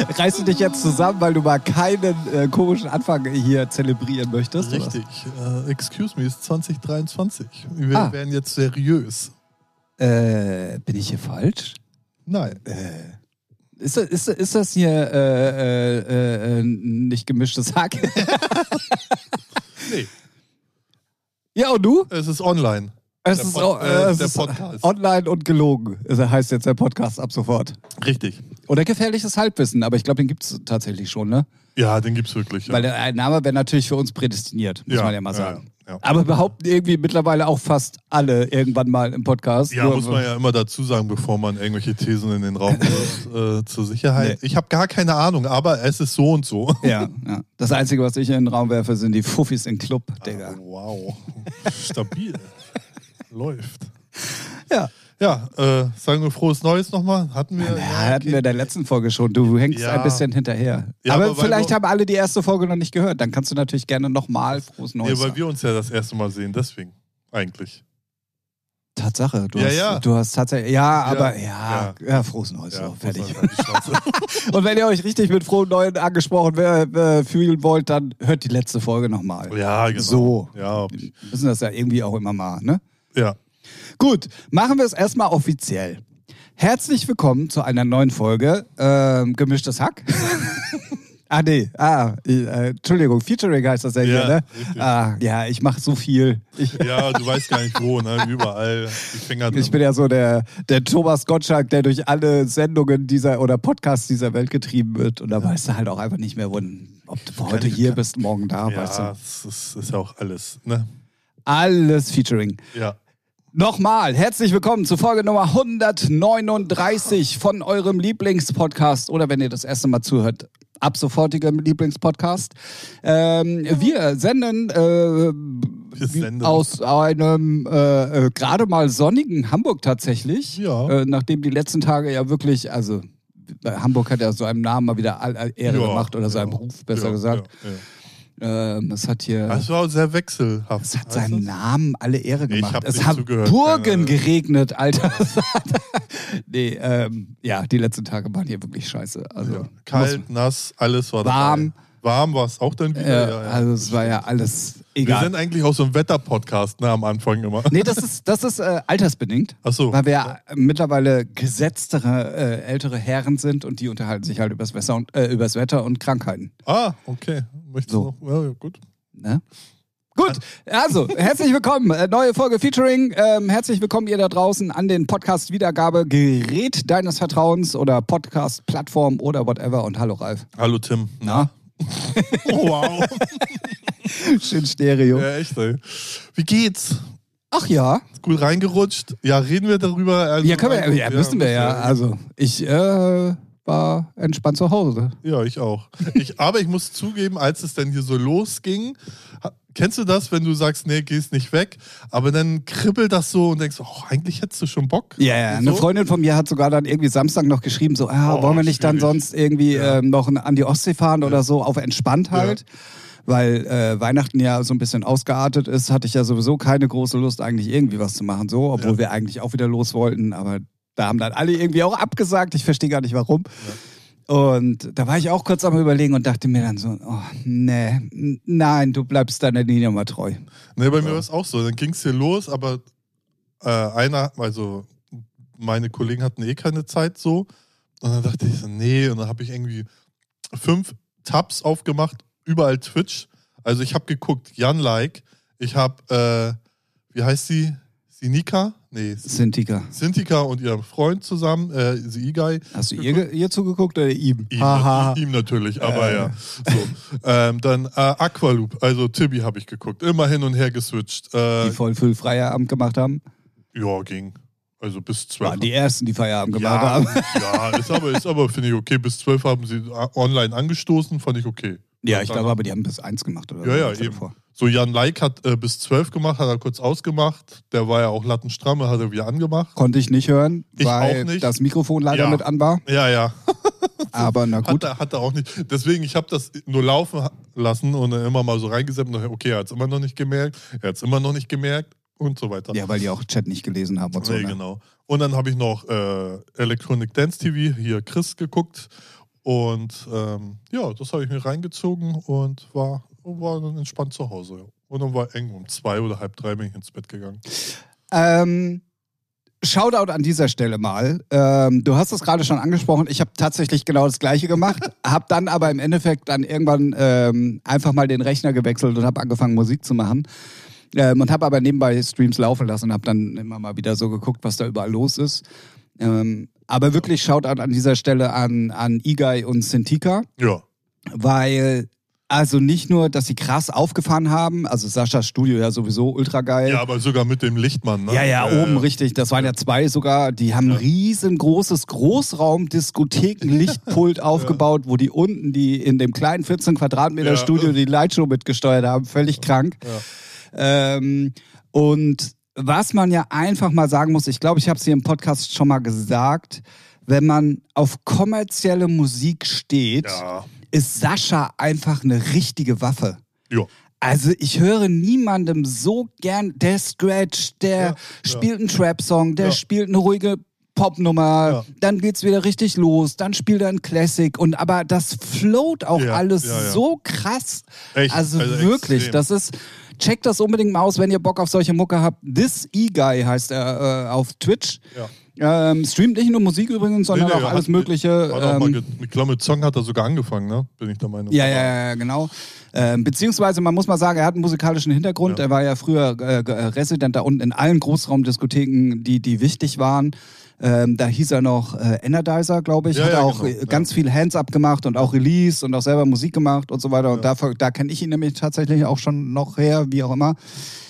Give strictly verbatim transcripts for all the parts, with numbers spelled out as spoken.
Reißt du dich jetzt zusammen, weil du mal keinen äh, komischen Anfang hier zelebrieren möchtest? Richtig. Uh, excuse me, es ist zwanzig dreiundzwanzig. Wir ah. werden jetzt seriös. Äh, bin ich hier falsch? Nein. Äh, ist, das, ist, ist das hier äh, äh, äh, nicht gemischtes Hack? Nee. Ja, und du? Es ist online. Es der ist, Pod, äh, äh, es der ist Podcast. online und gelogen. Das heißt jetzt der Podcast ab sofort. Richtig. Oder gefährliches Halbwissen, aber ich glaube, den gibt es tatsächlich schon, ne? Ja, den gibt's wirklich. Ja. Weil der Name wäre natürlich für uns prädestiniert, muss ja, man ja mal sagen. Ja, ja. Aber behaupten irgendwie mittlerweile auch fast alle irgendwann mal im Podcast. Ja, Nur, muss man ja immer dazu sagen, bevor man irgendwelche Thesen in den Raum wirft, äh, zur Sicherheit. Nee. Ich habe gar keine Ahnung, aber es ist so und so. Ja, ja. Das Einzige, was ich in den Raum werfe, sind die Fuffis im Club, Digga. Ah, wow. Stabil. Läuft. Ja. Ja, äh, sagen wir frohes Neues nochmal. Hatten wir. Ja, ja, hatten wir in der letzten Folge schon. Du hängst ja. ein bisschen hinterher. Ja, aber, aber vielleicht wir, haben alle die erste Folge noch nicht gehört. Dann kannst du natürlich gerne nochmal frohes Neues Ja, weil sagen. wir uns ja das erste Mal sehen, deswegen. Eigentlich. Tatsache, du, ja, hast, ja. du hast tatsächlich, ja, aber ja, ja, ja frohes Neues, ja, so, fertig. Und wenn ihr euch richtig mit frohen Neuen angesprochen äh, fühlen wollt, dann hört die letzte Folge nochmal. Ja, genau. So. Ja. Wir müssen das ja irgendwie auch immer mal, ne? Ja. Gut, machen wir es erstmal offiziell. Herzlich willkommen zu einer neuen Folge äh, Gemischtes Hack. Ah, nee, ah, äh, Entschuldigung, Featuring heißt das ja, ja hier, ne? Richtig. Ah, ja, ich mache so viel. Ich, ja, du weißt gar nicht wo, ne? Überall. Die Finger drin. Ich bin ja so der, der Thomas Gottschalk, der durch alle Sendungen dieser oder Podcasts dieser Welt getrieben wird. Und da ja. weißt du halt auch einfach nicht mehr, wo, ob du heute hier kann. bist, morgen da, ja, weißt du. Ja, das ist, ist ja auch alles, ne? Alles Featuring. Ja. Nochmal, herzlich willkommen zu Folge Nummer hundertneununddreißig von eurem Lieblingspodcast. Oder wenn ihr das erste Mal zuhört, ab sofortigem Lieblingspodcast. Ähm, wir senden, äh, wir senden aus einem äh, äh, gerade mal sonnigen Hamburg tatsächlich. Ja. Äh, nachdem die letzten Tage ja wirklich, also Hamburg hat ja so einem Namen mal wieder Ehre ja, gemacht oder seinem ja. Ruf, besser ja, gesagt. Ja, ja. Es hat hier. Das war sehr wechselhaft. Es hat seinem Namen alle Ehre gemacht. Ich hab es nicht hat zugehört, Burgen keine... geregnet, Alter. nee, ähm, ja, die letzten Tage waren hier wirklich scheiße. Also, ja. Kalt, nass, alles war warm. Dabei. Warm war es auch dann wieder. Äh, ja, ja. Also es war ja alles egal. Wir sind eigentlich auch so ein Wetter-Podcast, ne, am Anfang immer. Nee, das ist, das ist äh, altersbedingt. Ach so. Weil wir ja. mittlerweile gesetztere, äh, ältere Herren sind und die unterhalten sich halt übers Wetter und, äh, übers Wetter und Krankheiten. Ah, okay. Möchtest so. du noch? Ja, gut. Ne? Gut, also herzlich willkommen, äh, neue Folge Featuring. Ähm, herzlich willkommen ihr da draußen an den Podcast-Wiedergabegerät deines Vertrauens oder Podcast-Plattform oder whatever. Und hallo Ralf. Hallo Tim. Na? Oh, wow. Schön Stereo. Ja, echt, ey. Wie geht's? Ach ja. Ist gut reingerutscht. Ja, reden wir darüber. Also ja, können wir, ja, müssen wir ja. Also ich äh, war entspannt zu Hause. Ja, ich auch. Ich, aber ich muss zugeben, als es dann hier so losging, kennst du das, wenn du sagst, nee, gehst nicht weg, aber dann kribbelt das so und denkst, oh, eigentlich hättest du schon Bock. Ja, ja. Eine so. Freundin von mir hat sogar dann irgendwie Samstag noch geschrieben, so, ah, oh, wollen wir nicht schwierig. dann sonst irgendwie ja. ähm, noch an die Ostsee fahren ja. oder so, auf entspannt halt. Ja. Weil äh, Weihnachten ja so ein bisschen ausgeartet ist, hatte ich ja sowieso keine große Lust, eigentlich irgendwie was zu machen, so, obwohl ja. wir eigentlich auch wieder los wollten, aber da haben dann alle irgendwie auch abgesagt, ich verstehe gar nicht warum. Ja. Und da war ich auch kurz am Überlegen und dachte mir dann so, oh, nee, nein, du bleibst deiner Linie mal treu. Nee, bei so. mir war es auch so. Dann ging es hier los, aber äh, einer, also meine Kollegen hatten eh keine Zeit so. Und dann dachte ich so, nee, und dann habe ich irgendwie fünf Tabs aufgemacht, überall Twitch. Also ich habe geguckt, Jan Like, ich habe, äh, wie heißt sie? Sinika? Nee. Sintika. Sintika und ihr Freund zusammen, äh, Igai. Hast du ihr, ihr zugeguckt oder ihm? Ihm, ha, ihm natürlich, aber äh. ja. So. Ähm, dann äh, Aqualoop, also Tibi habe ich geguckt. Immer hin und her geswitcht. Äh, die voll viel Feierabend gemacht haben? Ja, ging. Also bis zwölf. Waren die ersten, die Feierabend gemacht ja, haben. Ja, ist aber, ist aber finde ich okay. Bis zwölf haben sie online angestoßen, fand ich okay. Ja, ich glaube aber, die haben bis eins gemacht, oder? Ja, ja, eben. Vor. So, Jan Like hat äh, bis zwölf gemacht, hat er kurz ausgemacht. Der war ja auch lattenstramm, hat er wieder angemacht. Konnte ich nicht hören, ich weil auch nicht. das Mikrofon leider ja. mit an war. Ja, ja. Aber na gut. Hat er, hat er auch nicht. Deswegen, ich habe das nur laufen lassen und dann immer mal so reingesetzt. Okay, er hat es immer noch nicht gemerkt. Er hat es immer noch nicht gemerkt und so weiter. Ja, weil die auch Chat nicht gelesen haben und so. Nee, ne? genau. Und dann habe ich noch äh, Electronic Dance T V, hier Chris, geguckt. Und ähm, ja, das habe ich mir reingezogen und war, war dann entspannt zu Hause. Ja. Und dann war eng, um zwei oder halb drei bin ich ins Bett gegangen. Ähm, Shoutout an dieser Stelle mal. Ähm, du hast es gerade schon angesprochen, ich habe tatsächlich genau das Gleiche gemacht, habe dann aber im Endeffekt dann irgendwann ähm, einfach mal den Rechner gewechselt und habe angefangen Musik zu machen. Ähm, und habe aber nebenbei Streams laufen lassen und habe dann immer mal wieder so geguckt, was da überall los ist. Ähm, aber wirklich Shoutout an dieser Stelle an, an Igai und Cintiqa. Ja. Weil, also nicht nur, dass sie krass aufgefahren haben, also Saschas Studio ja sowieso ultra geil. Ja, aber sogar mit dem Lichtmann, ne? Ja, ja, äh, oben richtig. Das waren ja zwei sogar. Die haben ein Ja. riesengroßes Großraum-Diskotheken-Lichtpult aufgebaut, wo die unten, die in dem kleinen vierzehn Quadratmeter Ja. Studio die Lightshow mitgesteuert haben. Völlig krank. Ja. Ähm, und was man ja einfach mal sagen muss, ich glaube, ich habe es hier im Podcast schon mal gesagt, wenn man auf kommerzielle Musik steht, Ja. ist Sascha einfach eine richtige Waffe. Ja. Also ich höre niemandem so gern, der Scratch, der Ja, spielt einen Trap-Song, der Ja. spielt eine ruhige Popnummer, Ja. dann geht's wieder richtig los, dann spielt er ein Classic und aber das float auch Ja, alles ja, ja. so krass. Echt, also, also wirklich, extrem. das ist, checkt das unbedingt mal aus, wenn ihr Bock auf solche Mucke habt. This E-Guy heißt er äh, auf Twitch. Ja. Ähm, streamt nicht nur Musik übrigens, sondern Nee, nee, auch alles hat- Mögliche. Hat auch mal ähm, ge- ich glaube, mit Song hat er sogar angefangen, ne? Bin ich der Meinung. Ja, Aber- ja, ja, genau. Ähm, beziehungsweise, man muss mal sagen, er hat einen musikalischen Hintergrund. Ja. Er war ja früher äh, Resident da unten in allen Großraumdiskotheken, die, die wichtig waren. Ähm, da hieß er noch äh, Energizer, glaube ich. Ja, hat ja, auch genau, äh, ja. ganz viel Hands-up gemacht und auch Release und auch selber Musik gemacht und so weiter. Und dafür, da kenne ich ihn nämlich tatsächlich auch schon noch her, wie auch immer.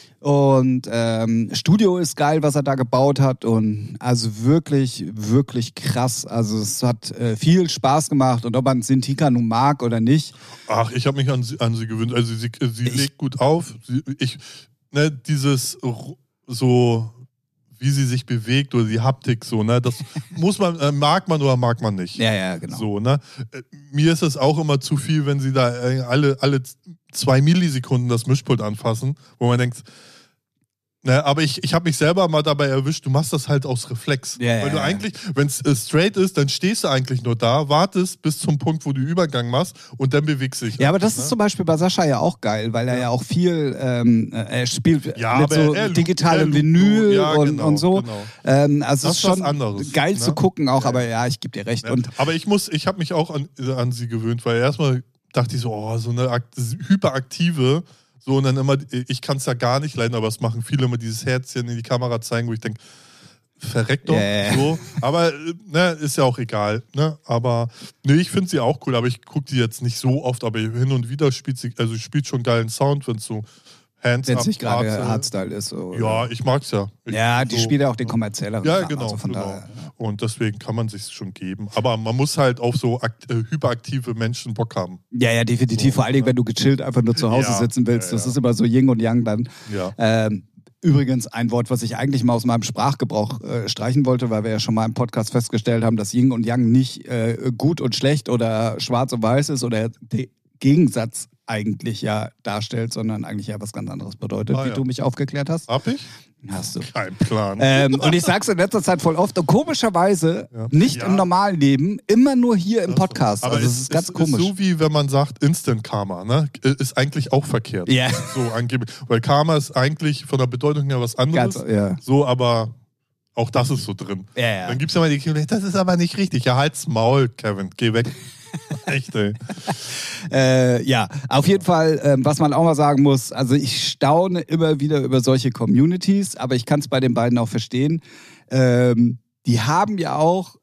Und ähm, Studio ist geil, was er da gebaut hat und also wirklich, wirklich krass. Also es hat äh, viel Spaß gemacht und ob man Cintiqa nun mag oder nicht. Ach, ich habe mich an sie, an sie gewöhnt. Also sie, sie Ich- legt gut auf. Sie, ich, ne, dieses r- so, wie sie sich bewegt oder die Haptik so, ne, das muss man, äh, mag man oder mag man nicht. Ja, ja, genau. So, ne? Äh, Mir ist es auch immer zu viel, wenn sie da äh, alle, alle z- zwei Millisekunden das Mischpult anfassen, wo man denkt, ne, aber ich, ich habe mich selber mal dabei erwischt, du machst das halt aus Reflex. Ja, Weil ja, du ja. eigentlich, wenn es äh, straight ist, dann stehst du eigentlich nur da, wartest bis zum Punkt, wo du Übergang machst und dann bewegst du dich. Ja, aber das ne? ist zum Beispiel bei Sascha ja auch geil, weil er ja auch viel, ähm, äh, er spielt Ja, mit aber so er- er digitalem loopt- Vinyl ja, und, genau, und so. genau. Ähm, also Das es ist ist was schon anderes, geil ne? zu gucken auch, Ja, aber ja. ja, ich gebe dir recht. Ja, Und aber ich muss, ich habe mich auch an, an sie gewöhnt, weil erstmal dachte ich so, oh, so eine akt- hyperaktive, so und dann immer, ich kann es ja gar nicht leiden, aber es machen viele immer dieses Herzchen in die Kamera zeigen, wo ich denke, verreckt doch, Yeah. so. Aber äh, ne, ist ja auch egal, ne? Aber nee, ich finde sie auch cool, aber ich gucke die jetzt nicht so oft, aber hin und wieder spielt sie, also spielt schon geilen Sound, wenn es so Hands wenn up es nicht gerade Parts, äh, Hardstyle ist. So, Ja, ich mag's ja. Ich, ja, die so- spielt ja auch den kommerzielleren. Ja, Kram, genau. Also von genau. daher. Und deswegen kann man sich schon geben. Aber man muss halt auf so akt äh, hyperaktive Menschen Bock haben. Ja, ja, definitiv. So, Vor allen Dingen, ne? wenn du gechillt einfach nur zu Hause Ja, sitzen willst. ja, Das ja. ist immer so Yin und Yang dann. Ja. Ähm, übrigens ein Wort, was ich eigentlich mal aus meinem Sprachgebrauch äh, streichen wollte, weil wir ja schon mal im Podcast festgestellt haben, dass Yin und Yang nicht äh, gut und schlecht oder schwarz und weiß ist oder der Gegensatz eigentlich ja darstellt, sondern eigentlich ja was ganz anderes bedeutet, Ah, wie ja. du mich aufgeklärt hast. Hab ich? Hast du. Kein Plan. Ähm, und ich sag's in letzter Zeit voll oft und komischerweise Ja. nicht Ja. im normalen Leben, immer nur hier im Podcast. Aber also es es ist ganz ist, komisch. Ist so wie wenn man sagt Instant Karma, ne? Ist eigentlich auch verkehrt. Ja. So angeblich. Weil Karma ist eigentlich von der Bedeutung her was anderes. Ganz, ja. So, aber auch das ist so drin. Ja, ja. Dann gibt's ja mal die Kinder, das ist aber nicht richtig. Ja, halt's Maul, Kevin. Geh weg. Echt, ey. Äh, ja, auf jeden Fall, ähm, was man auch mal sagen muss, also ich staune immer wieder über solche Communities, aber ich kann es bei den beiden auch verstehen. Ähm, die haben ja auch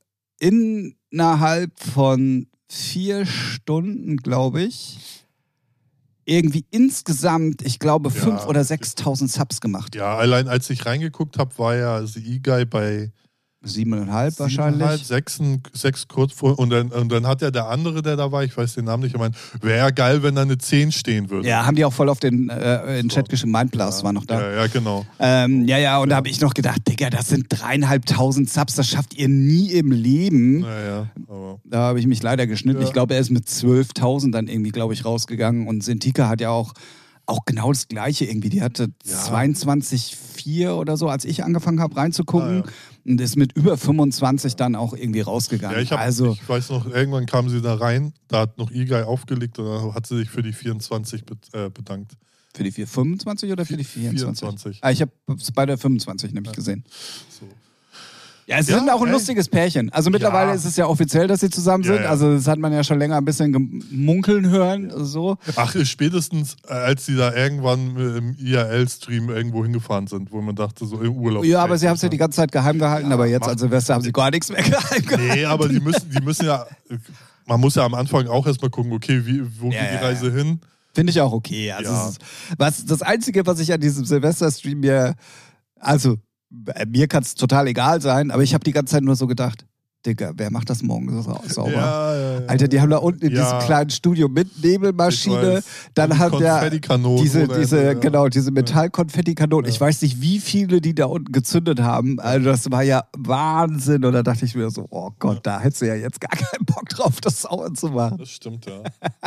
innerhalb von vier Stunden, glaube ich, irgendwie insgesamt, ich glaube, Ja. fünf oder sechstausend Subs gemacht. Ja, allein als ich reingeguckt habe, war ja The E-Guy bei Siebeneinhalb wahrscheinlich. Halt sechs, sechs kurz vor. Und dann, und dann hat ja der andere, der da war, ich weiß den Namen nicht, ich meine, wäre ja geil, wenn da eine zehn stehen würde. Ja, haben die auch voll auf den äh, in den Chat geschrieben. Mindblast ja. war noch da. Ja, ja, genau. Ähm, ja, ja, und da habe ich noch gedacht, Digga, das sind dreieinhalbtausend Subs, das schafft ihr nie im Leben. Naja, aber. Da habe ich mich leider geschnitten. Ja. Ich glaube, er ist mit zwölftausend dann irgendwie, glaube ich, rausgegangen. Und Cintiqa hat ja auch auch genau das Gleiche irgendwie. Die hatte Ja. zweiundzwanzig Komma vier oder so, als ich angefangen habe reinzugucken. Ah, ja. Und ist mit über fünfundzwanzig dann auch irgendwie rausgegangen. Ja, ich, hab, also, ich weiß noch, irgendwann kam sie da rein, da hat noch E-Guy aufgelegt und dann hat sie sich für die vierundzwanzig be- äh, bedankt. für die vier fünfundzwanzig oder für die vierundzwanzig? vierundzwanzig. Ah, ich habe es bei der fünfundzwanzig nämlich gesehen. So. Ja, es Ja, sind auch ein ey. lustiges Pärchen. Also mittlerweile Ja. ist es ja offiziell, dass sie zusammen Ja, sind. ja. Also das hat man ja schon länger ein bisschen gemunkeln hören. So. Ach, spätestens äh, als sie da irgendwann im I R L-Stream irgendwo hingefahren sind, wo man dachte, so im Urlaub. Ja, aber sie haben es ja die ganze Zeit geheim gehalten, Ja, aber jetzt macht- an Silvester haben sie gar nichts mehr geheim gehalten. Nee, aber die müssen, die müssen ja, man muss ja am Anfang auch erstmal gucken, okay, wie, wo Ja, geht die ja, Reise hin? Finde ich auch okay. Also Ja. es ist, was, das Einzige, was ich an diesem Silvester-Stream mir, also äh, mir kann es total egal sein, aber ich habe die ganze Zeit nur so gedacht, Digga, wer macht das morgen so sau- sauber? Ja, ja, ja. Alter, die haben da unten in Ja. diesem kleinen Studio mit Ich Nebelmaschine, weiß. dann Die hat der Konfettikanonen diese, oder diese, ja. genau, diese Metallkonfettikanonen. Ja. Ich weiß nicht, wie viele die da unten gezündet haben. Also das war ja Wahnsinn. Und da dachte ich mir so, oh Gott, da hättest du ja jetzt gar keinen Bock drauf, das sauer zu machen. Das stimmt, ja.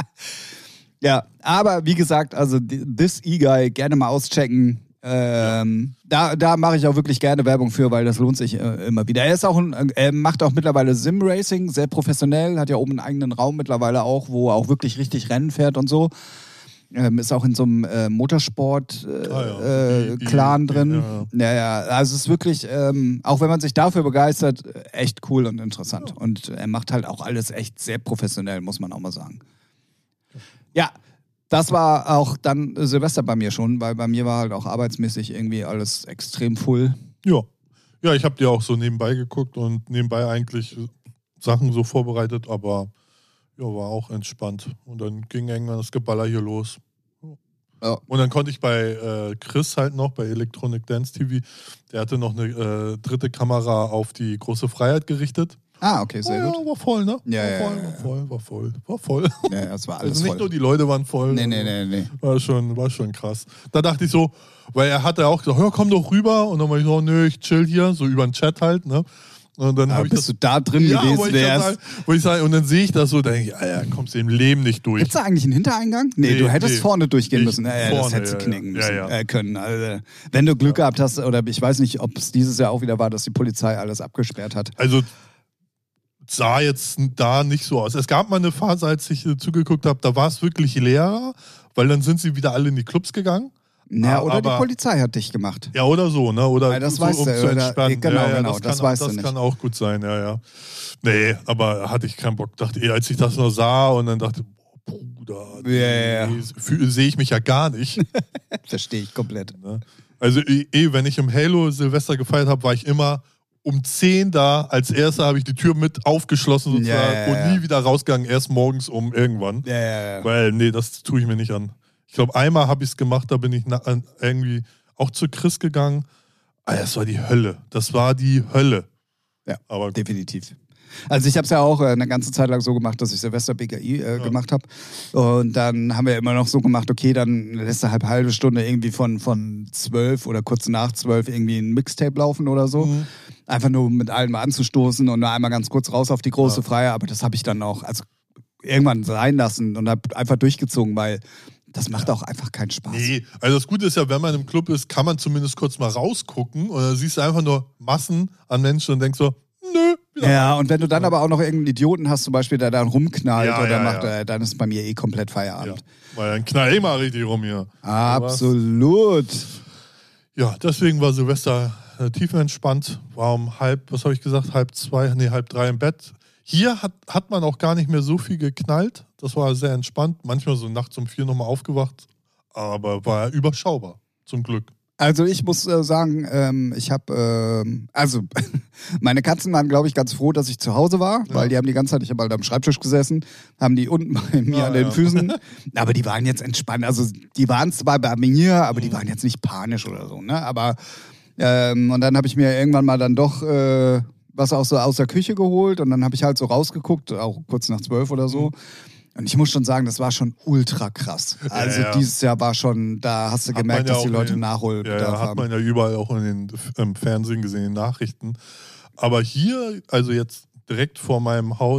Ja, aber wie gesagt, also die- This E-Guy gerne mal auschecken. Ähm, Da, da mache ich auch wirklich gerne Werbung für, weil das lohnt sich äh, immer wieder. Er ist auch ein, er macht auch mittlerweile Sim-Racing, sehr professionell, hat ja oben einen eigenen Raum mittlerweile auch, wo er auch wirklich richtig Rennen fährt und so. Ähm, ist auch in so einem äh, Motorsport-Clan äh, Ah, ja. äh, Die- die- Clan die- drin. ja. Ja, ja, also es ist wirklich, ähm, auch wenn man sich dafür begeistert, echt cool und interessant. Ja. Und er macht halt auch alles echt sehr professionell, muss man auch mal sagen. Ja, das war auch dann Silvester bei mir schon, weil bei mir war halt auch arbeitsmäßig irgendwie alles extrem full. Ja, ja ich habe dir auch so nebenbei geguckt und nebenbei eigentlich Sachen so vorbereitet, aber ja, war auch entspannt. Und dann ging irgendwann das Geballer hier los. Ja. Und dann konnte ich bei äh, Chris halt noch, bei Electronic Dance T V, der hatte noch eine äh, dritte Kamera auf die große Freiheit gerichtet. Ah, okay, sehr ja, gut. war voll, ne? Ja, war, ja, voll, ja, war ja. voll, war voll, war voll. Ja, das war alles Also nicht voll. nur die Leute waren voll. Nee, nee, nee, nee. War schon, war schon krass. Da dachte ich so, weil er hatte auch gesagt, ja, komm doch rüber. Und dann war ich so, nö, ich chill hier, so über den Chat halt, ne? Und dann Aber habe ich bis das, du da drin ja, wo gewesen ich wärst. das, wo ich sage, und dann sehe ich das so, da denke ich, Alter, kommst du im Leben nicht durch. Gibt es da eigentlich einen Hintereingang? Nee, Nee, du hättest nee. vorne durchgehen Ich- müssen. Ja, ja, das vorne, hättest du ja, knicken ja. müssen, Ja, ja. Äh, können. Also, wenn du Glück gehabt hast, oder ich weiß nicht, ob es dieses Jahr auch wieder war, dass die Polizei alles abgesperrt hat. Also sah jetzt da nicht so aus. Es gab mal eine Phase, als ich äh, zugeguckt habe, da war es wirklich leer, weil dann sind sie wieder alle in die Clubs gegangen. Ja, Ah, oder die aber- Polizei hat dich gemacht. Ja, oder so, ne? Oder Ja, das so, weißt um du, zu oder- entspannen. genau, ja, ja, genau, das, das kann, weißt du das nicht. kann auch gut sein, ja, ja. Nee, aber hatte ich keinen Bock. Dachte, eh, als ich das noch sah und dann dachte, boah, Bruder, Ja, ja, ja. nee, sehe ich mich ja gar nicht. Verstehe ich komplett. Ne? Also eh, eh, wenn ich im Halo Silvester gefeiert habe, war ich immer um zehn da. Als erster habe ich die Tür mit aufgeschlossen sozusagen Ja, ja, ja. und nie wieder rausgegangen, erst morgens um irgendwann. Ja, ja, ja. Weil, nee, das tue ich mir nicht an. Ich glaube, einmal habe ich es gemacht, da bin ich na, an- irgendwie auch zu Chris gegangen. Ah, das war die Hölle. Das war die Hölle. Ja, aber gut. definitiv. Also ich habe es ja auch äh, eine ganze Zeit lang so gemacht, dass ich Silvester B K I äh, Ja. gemacht habe. Und dann haben wir immer noch so gemacht, okay, dann lässt du halb halbe Stunde irgendwie von, von zwölf oder kurz nach zwölf irgendwie ein Mixtape laufen oder so. Mhm. Einfach nur mit allen mal anzustoßen und nur einmal ganz kurz raus auf die große Ja. Freie. Aber das habe ich dann auch also irgendwann sein lassen und habe einfach durchgezogen, weil das macht auch einfach keinen Spaß. Nee, also das Gute ist ja, wenn man im Club ist, kann man zumindest kurz mal rausgucken und dann siehst du einfach nur Massen an Menschen und denkst so, nö. wieder Ja, und wenn du dann aber auch noch irgendeinen Idioten hast, zum Beispiel, der dann rumknallt Ja, oder ja, macht, ja. äh, dann ist bei mir eh komplett Ja, Feierabend. weil dann knall ich mal richtig rum hier. Absolut. Ja, deswegen war Silvester äh, tiefenentspannt. War um halb, was habe ich gesagt, halb zwei, nee, halb drei im Bett. Hier hat, hat man auch gar nicht mehr so viel geknallt. Das war sehr entspannt. Manchmal so nachts um vier nochmal aufgewacht. Aber war überschaubar, zum Glück. Also ich muss äh, sagen, ähm, ich habe, ähm, also meine Katzen waren, glaube ich, ganz froh, dass ich zu Hause war, Ja. weil die haben die ganze Zeit, ich habe halt am Schreibtisch gesessen, haben die unten bei mir Ja, an den ja. Füßen, aber die waren jetzt entspannt. Also die waren zwar bei mir, aber die Mhm. waren jetzt nicht panisch oder so, ne? Aber ähm, und dann habe ich mir irgendwann mal dann doch äh, was auch so aus der Küche geholt und dann habe ich halt so rausgeguckt, auch kurz nach zwölf oder so. Mhm. Und ich muss schon sagen, das war schon ultra krass. Also ja. dieses Jahr war schon, da hast du Hat gemerkt, man ja dass die auch Leute in den- Nachholbedarf Ja, ja, hat haben. man ja überall auch in den im Fernsehen gesehen, in den Nachrichten. Aber hier, also jetzt direkt vor meinem Haus,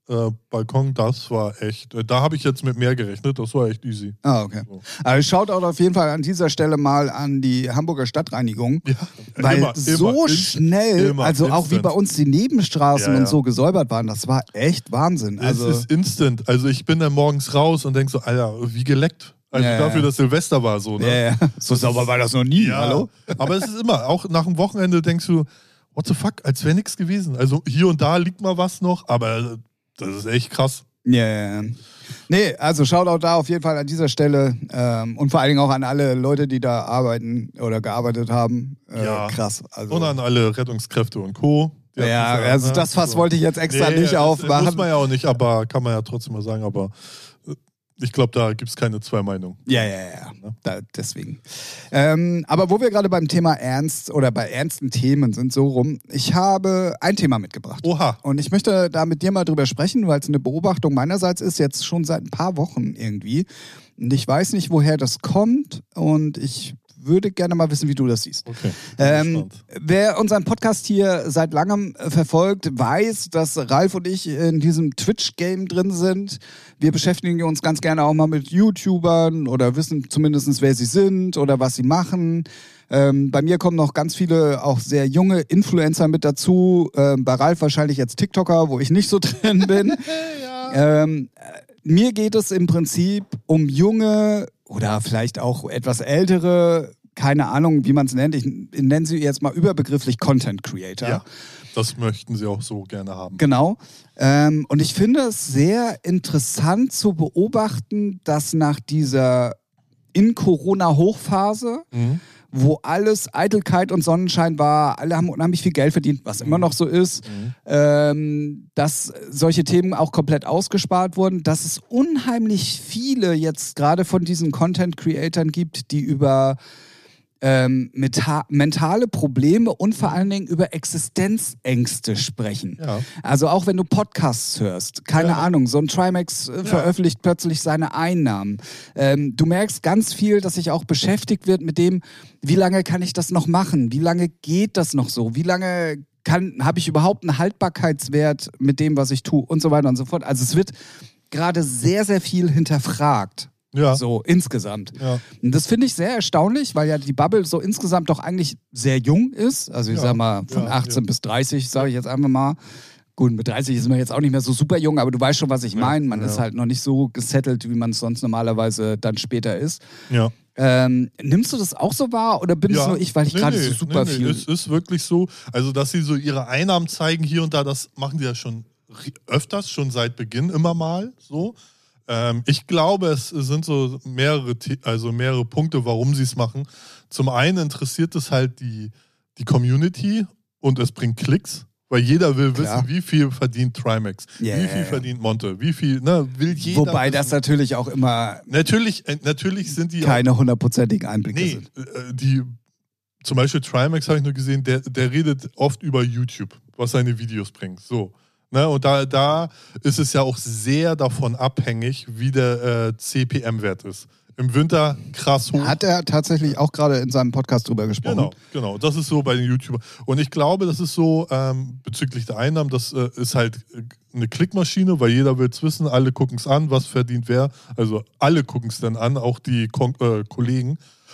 äh, Balkon, das war echt, äh, da habe ich jetzt mit mehr gerechnet, das war echt easy. Ah, okay. So. Also schaut auch auf jeden Fall an dieser Stelle mal an die Hamburger Stadtreinigung, ja, weil immer, so immer, schnell, immer, also instant. auch wie bei uns die Nebenstraßen ja, ja. und so gesäubert waren, das war echt Wahnsinn. Also, es ist instant, also ich bin dann morgens raus und denke so, Alter, wie geleckt. Also ja, dafür, dass Silvester war so. Ne? Ja, ja. So sauber war das noch nie, ja. Hallo? Aber es ist immer, auch nach dem Wochenende denkst du, what the fuck, als wäre nichts gewesen. Also hier und da liegt mal was noch, aber das ist echt krass. Ja, ja, ja. Nee, also Shoutout da auf jeden Fall an dieser Stelle ähm, und vor allen Dingen auch an alle Leute, die da arbeiten oder gearbeitet haben. Äh, ja. Krass. Also. Und an alle Rettungskräfte und Co. Ja, ja, also ne? das Fass so. wollte ich jetzt extra nee, nicht aufmachen. Muss man ja auch nicht, aber kann man ja trotzdem mal sagen, aber ich glaube, da gibt es keine zwei Meinungen. Ja, ja, ja, ja. Da, deswegen. Ähm, aber wo wir gerade beim Thema Ernst oder bei ernsten Themen sind, so rum, ich habe ein Thema mitgebracht. Oha. Und ich möchte da mit dir mal drüber sprechen, weil es eine Beobachtung meinerseits ist, jetzt schon seit ein paar Wochen irgendwie. Und ich weiß nicht, woher das kommt und ich würde gerne mal wissen, wie du das siehst. Okay. Ähm, wer unseren Podcast hier seit langem verfolgt, weiß, dass Ralf und ich in diesem Twitch-Game drin sind. Wir beschäftigen uns ganz gerne auch mal mit YouTubern oder wissen zumindest, wer sie sind oder was sie machen. Ähm, bei mir kommen noch ganz viele auch sehr junge Influencer mit dazu. Ähm, bei Ralf wahrscheinlich jetzt TikToker, wo ich nicht so drin bin. ja. ähm, mir geht es im Prinzip um junge oder vielleicht auch etwas ältere, keine Ahnung, wie man es nennt. Ich nenne sie jetzt mal überbegrifflich Content Creator. Ja, das möchten sie auch so gerne haben. Genau. Ähm, und ich finde es sehr interessant zu beobachten, dass nach dieser In-Corona-Hochphase, mhm. wo alles Eitelkeit und Sonnenschein war, alle haben unheimlich viel Geld verdient, was mhm. immer noch so ist, mhm. ähm, dass solche Themen auch komplett ausgespart wurden, dass es unheimlich viele jetzt gerade von diesen Content-Creatern gibt, die über ähm, meta- mentale Probleme und vor allen Dingen über Existenzängste sprechen. Ja. Also auch wenn du Podcasts hörst, keine ja. Ahnung, so ein Trimax äh, ja. veröffentlicht plötzlich seine Einnahmen. Ähm, du merkst ganz viel, dass sich auch beschäftigt wird mit dem, wie lange kann ich das noch machen? Wie lange geht das noch so? Wie lange habe ich überhaupt einen Haltbarkeitswert mit dem, was ich tue? Und so weiter und so fort. Also es wird gerade sehr, sehr viel hinterfragt. Ja. So insgesamt. Ja. Und das finde ich sehr erstaunlich, weil ja die Bubble so insgesamt doch eigentlich sehr jung ist. Also ich ja. sag mal von ja, achtzehn ja. bis dreißig, sage ich jetzt einfach mal. Gut, mit dreißig ist man jetzt auch nicht mehr so super jung, aber du weißt schon, was ich ja. meine. Man ja. ist halt noch nicht so gesettelt, wie man es sonst normalerweise dann später ist. Ja. Ähm, nimmst du das auch so wahr oder bin es ja. nur ich, weil ich nee, gerade nee, so super nee, nee. viel... Es ist wirklich so, also dass sie so ihre Einnahmen zeigen hier und da, das machen die ja schon öfters, schon seit Beginn immer mal so. Ähm, ich glaube, es sind so mehrere, also mehrere Punkte, warum sie es machen. Zum einen interessiert es halt die, die Community und es bringt Klicks, weil jeder will Klar. wissen, wie viel verdient Trimax, yeah, wie viel yeah. verdient Monte, wie viel, ne, will jeder Wobei wissen. das natürlich auch immer Natürlich, äh, natürlich sind die keine hundertprozentigen Einblicke nee, sind. Äh, die, zum Beispiel Trimax habe ich nur gesehen, der, der redet oft über YouTube, was seine Videos bringt, so. Ne, und da, da ist es ja auch sehr davon abhängig, wie der äh, C P M-Wert ist. Im Winter krass hoch. Hat er tatsächlich auch gerade in seinem Podcast drüber gesprochen. Genau, genau. Das ist so bei den YouTubern. Und ich glaube, das ist so ähm, bezüglich der Einnahmen, das äh, ist halt eine Klickmaschine, weil jeder will es wissen, alle gucken es an, was verdient wer. Also alle gucken es dann an, auch die Kon- äh, Kollegen.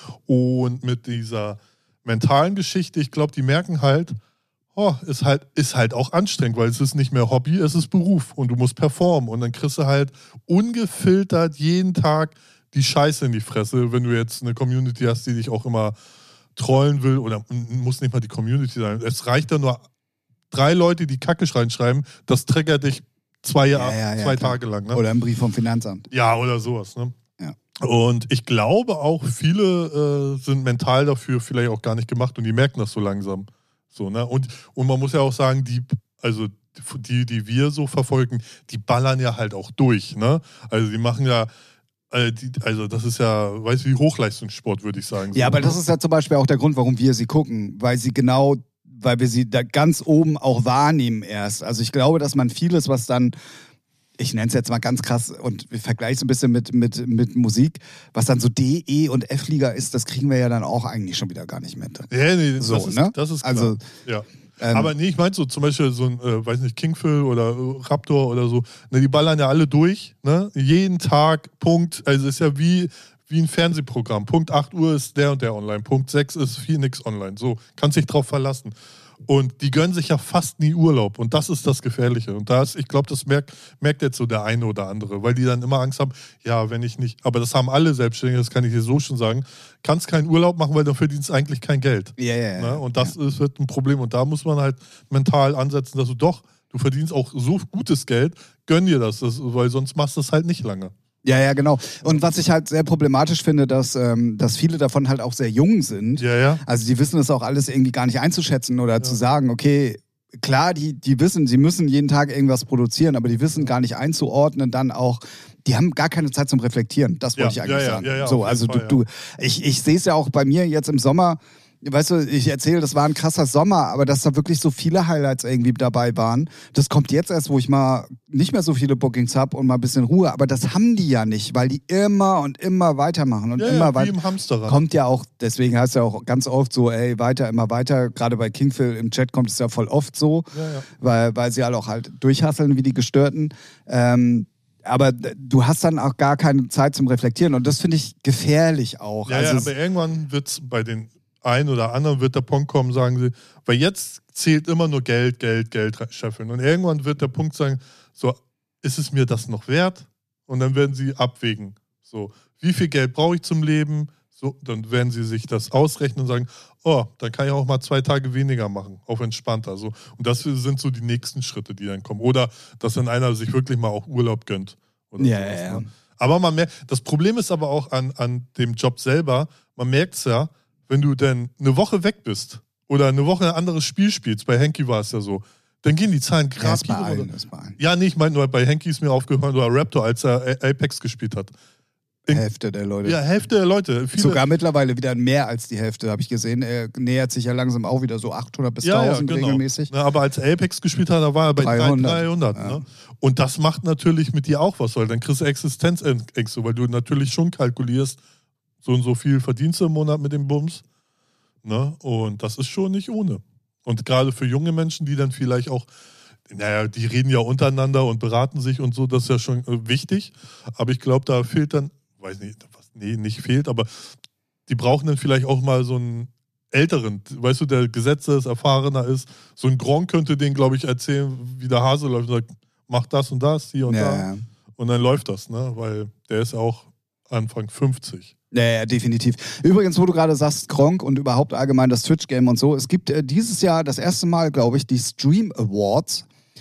Und mit dieser mentalen Geschichte, ich glaube, die merken halt, oh, ist halt, ist halt auch anstrengend, weil es ist nicht mehr Hobby, es ist Beruf und du musst performen. Und dann kriegst du halt ungefiltert jeden Tag die Scheiße in die Fresse, wenn du jetzt eine Community hast, die dich auch immer trollen will, oder muss nicht mal die Community sein. Es reicht ja nur drei Leute, die Kacke reinschreiben, das triggert dich zwei, ja, ja, ja, zwei klar. Tage lang. Ne? Oder ein Brief vom Finanzamt. Ja, oder sowas. Ne? Ja. Und ich glaube auch, viele äh, sind mental dafür vielleicht auch gar nicht gemacht und die merken das so langsam. So, ne? und, und man muss ja auch sagen, die, also die, die wir so verfolgen, die ballern ja halt auch durch. Ne? Also die machen ja Also das ist ja, weißt du, wie Hochleistungssport, würde ich sagen. Ja, aber das ist ja zum Beispiel auch der Grund, warum wir sie gucken, weil sie genau, weil wir sie da ganz oben auch wahrnehmen erst. Also ich glaube, dass man vieles, was dann, ich nenne es jetzt mal ganz krass und wir vergleichen es ein bisschen mit, mit, mit Musik, was dann so D, E und F-Liga ist, das kriegen wir ja dann auch eigentlich schon wieder gar nicht mit. Ja, nee, so, das, ist, ne? das ist klar. Also, ja. Ähm, Aber nee, ich meine so zum Beispiel so ein, äh, weiß nicht, Kingphil oder äh, Raptor oder so, ne, die ballern ja alle durch, ne? Jeden Tag, Punkt, also ist ja wie, wie ein Fernsehprogramm. Punkt acht Uhr ist der und der online, Punkt sechs ist Phoenix online, so, kannst dich drauf verlassen. Und die gönnen sich ja fast nie Urlaub. Und das ist das Gefährliche. Und da ist, ich glaube, das merkt, merkt jetzt so der eine oder andere, weil die dann immer Angst haben, ja, wenn ich nicht, aber das haben alle Selbstständige, das kann ich dir so schon sagen, kannst keinen Urlaub machen, weil du verdienst eigentlich kein Geld. Ja, ja, ja. Ne? Und das ja. ist, wird ein Problem. Und da muss man halt mental ansetzen, dass du doch, du verdienst auch so gutes Geld, gönn dir das, das weil sonst machst du es halt nicht lange. Ja, ja, genau. Und was ich halt sehr problematisch finde, dass, ähm, dass viele davon halt auch sehr jung sind. Ja, ja. Also die wissen das auch alles irgendwie gar nicht einzuschätzen oder ja. zu sagen, okay, klar, die, die wissen, sie müssen jeden Tag irgendwas produzieren, aber die wissen gar nicht einzuordnen, dann auch, die haben gar keine Zeit zum Reflektieren. Das wollte ja, ich eigentlich ja, sagen. Ja, ja, so, also Fall, du, ja. du, ich, ich sehe es ja auch bei mir jetzt im Sommer. Weißt du, ich erzähle, das war ein krasser Sommer, aber dass da wirklich so viele Highlights irgendwie dabei waren, das kommt jetzt erst, wo ich mal nicht mehr so viele Bookings habe und mal ein bisschen Ruhe, aber das haben die ja nicht, weil die immer und immer weitermachen und ja, immer ja, weiter. Wie im Hamsterrad. Kommt ja auch, deswegen heißt ja auch ganz oft so, ey, weiter, immer weiter, gerade bei Kingphil im Chat kommt es ja voll oft so, ja, ja. weil, weil sie alle auch halt durchhasseln wie die Gestörten. Ähm, aber du hast dann auch gar keine Zeit zum Reflektieren und das finde ich gefährlich auch. Ja, also ja, aber irgendwann wird es bei den einen oder anderen wird der Punkt kommen, sagen sie, weil jetzt zählt immer nur Geld, Geld, Geld scheffeln. Und irgendwann wird der Punkt sagen, so, ist es mir das noch wert? Und dann werden sie abwägen. So, wie viel Geld brauche ich zum Leben? So, dann werden sie sich das ausrechnen und sagen, oh, dann kann ich auch mal zwei Tage weniger machen, auf entspannter. So. Und das sind so die nächsten Schritte, die dann kommen. Oder dass dann einer sich wirklich mal auch Urlaub gönnt. Oder ja, sowas, ja, ja. Ne? Aber man merkt, das Problem ist aber auch an, an dem Job selber, man merkt es ja, wenn du dann eine Woche weg bist oder eine Woche ein anderes Spiel spielst, bei Henki war es ja so, dann gehen die Zahlen krass. Ja, bei allen, bei allen. Ja, nee, ich meine nur, bei Henki ist mir aufgefallen, oder Raptor, als er Apex gespielt hat. In, Hälfte der Leute. Ja, Hälfte der Leute. Viele, Sogar mittlerweile wieder mehr als die Hälfte, habe ich gesehen. Er nähert sich ja langsam auch wieder so achthundert bis ja, tausend ja, genau. regelmäßig. Na, aber als er Apex gespielt hat, da war er bei dreihundert. dreihundert. Ja. Ne? Und das macht natürlich mit dir auch was, weil dann kriegst du Existenzängste, weil du natürlich schon kalkulierst, so und so viel verdienst du im Monat mit dem Bums. Ne? Und das ist schon nicht ohne. Und gerade für junge Menschen, die dann vielleicht auch, naja, die reden ja untereinander und beraten sich und so, das ist ja schon äh, wichtig. Aber ich glaube, da fehlt dann, weiß nicht, was, nee, nicht fehlt, aber die brauchen dann vielleicht auch mal so einen Älteren, weißt du, der Gesetzes erfahrener ist. So ein Gronk könnte denen, glaube ich, erzählen, wie der Hase läuft und sagt, mach das und das, hier und ja, da. Ja. Und dann läuft das, ne? Weil der ist auch Anfang fünfzig. Ja, ja, definitiv. Übrigens, wo du gerade sagst, Gronkh und überhaupt allgemein das Twitch-Game und so, es gibt äh, dieses Jahr das erste Mal, glaube ich, die Stream Awards.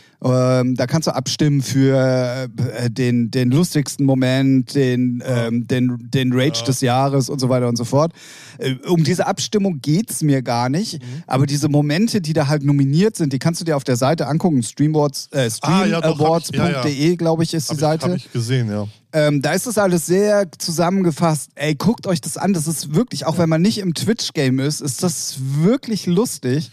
Ähm, da kannst du abstimmen für äh, den, den lustigsten Moment, den, Ja. ähm, den, den Rage Ja. des Jahres und so weiter und so fort. Äh, um diese Abstimmung geht's mir gar nicht, Mhm. aber diese Momente, die da halt nominiert sind, die kannst du dir auf der Seite angucken. Streamboards, äh, Ah, ja, doch, streamawards punkt de, hab ich- ja, ja. glaube ich, ist die Habe ich, Seite. hab ich gesehen, ja. Ähm, da ist das alles sehr zusammengefasst. Ey, guckt euch das an. Das ist wirklich, auch wenn man nicht im Twitch-Game ist, ist das wirklich lustig.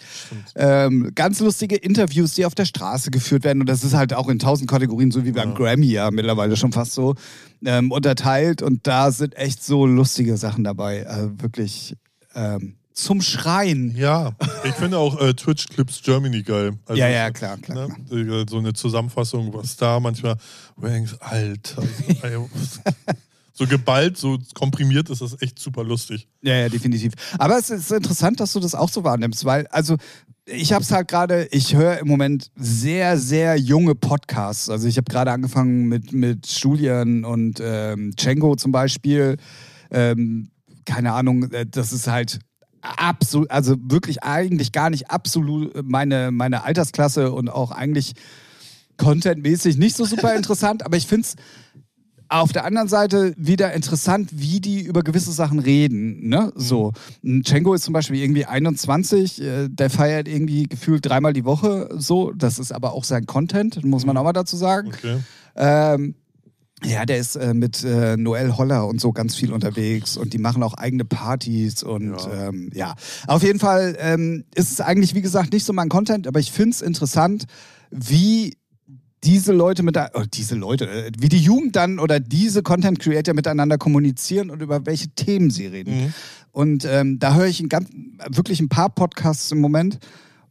Ähm, ganz lustige Interviews, die auf der Straße geführt werden. Und das ist halt auch in tausend Kategorien, so wie beim Ja. Grammy ja mittlerweile schon fast so ähm, unterteilt. Und da sind echt so lustige Sachen dabei. Äh, wirklich ähm, zum Schreien. Ja, ich finde auch äh, Twitch Clips Germany geil. Also, Ja, ja, klar, klar, Ne, so eine Zusammenfassung, was da manchmal, wo du denkst, Alter, ey, so geballt, so komprimiert ist das echt super lustig. Ja, ja, definitiv. Aber es ist interessant, dass du das auch so wahrnimmst, weil, also, ich habe es halt gerade, ich höre im Moment sehr, sehr junge Podcasts. Also ich habe gerade angefangen mit, mit Julian und ähm, Django zum Beispiel. Ähm, keine Ahnung, äh, das ist halt absolut, also wirklich eigentlich gar nicht absolut meine, meine Altersklasse und auch eigentlich contentmäßig nicht so super interessant, aber ich finde es auf der anderen Seite wieder interessant, wie die über gewisse Sachen reden. Ne? So. Ein Django ist zum Beispiel irgendwie einundzwanzig, äh, der feiert irgendwie gefühlt dreimal die Woche so. Das ist aber auch sein Content, muss man auch mal dazu sagen. Okay. Ähm, ja, der ist äh, mit äh, Noel Holler und so ganz viel unterwegs und die machen auch eigene Partys und ja, ähm, ja. Auf jeden Fall ähm, ist es eigentlich, wie gesagt, nicht so mein Content, aber ich finde es interessant, wie diese Leute mit, oh, diese Leute, äh, wie die Jugend dann oder diese Content Creator miteinander kommunizieren und über welche Themen sie reden. Mhm. Und ähm, da höre ich ein ganz, wirklich ein paar Podcasts im Moment.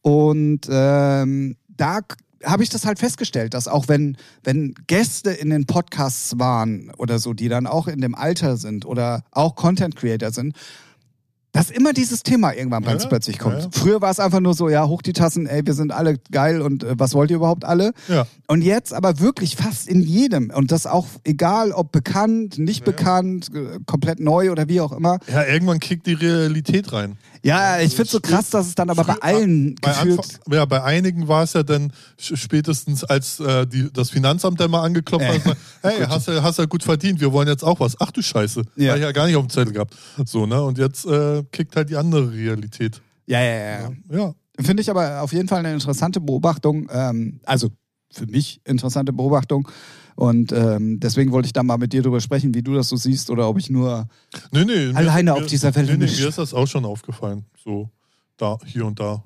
Und ähm, da habe ich das halt festgestellt, dass auch wenn, wenn Gäste in den Podcasts waren oder so, die dann auch in dem Alter sind oder auch Content Creator sind, dass immer dieses Thema irgendwann ganz ja, plötzlich kommt. Ja, ja. Früher war es einfach nur so, ja, hoch die Tassen, ey, wir sind alle geil und äh, was wollt ihr überhaupt alle? Ja. Und jetzt aber wirklich fast in jedem. Und das auch egal, ob bekannt, nicht ja. bekannt, äh, komplett neu oder wie auch immer. Ja, irgendwann kickt die Realität rein. Ja, ich finde es so krass, dass es dann aber bei allen bei gefühlt... Anfang, ja, bei einigen war es ja dann spätestens, als äh, die, das Finanzamt dann mal angeklopft hat, äh. hey, hast du hast ja gut verdient, wir wollen jetzt auch was. Ach du Scheiße, ja. habe ich ja gar nicht auf dem Zettel gehabt. So, ne? Und jetzt äh, kickt halt die andere Realität. Ja, ja, ja. ja. ja. Finde ich aber auf jeden Fall eine interessante Beobachtung, ähm, also für mich interessante Beobachtung. Und ähm, deswegen wollte ich da mal mit dir drüber sprechen, wie du das so siehst oder ob ich nur nee, nee, alleine mir, auf dieser Welle nee, bin. nee, mir ist das auch schon aufgefallen. So, da, hier und da.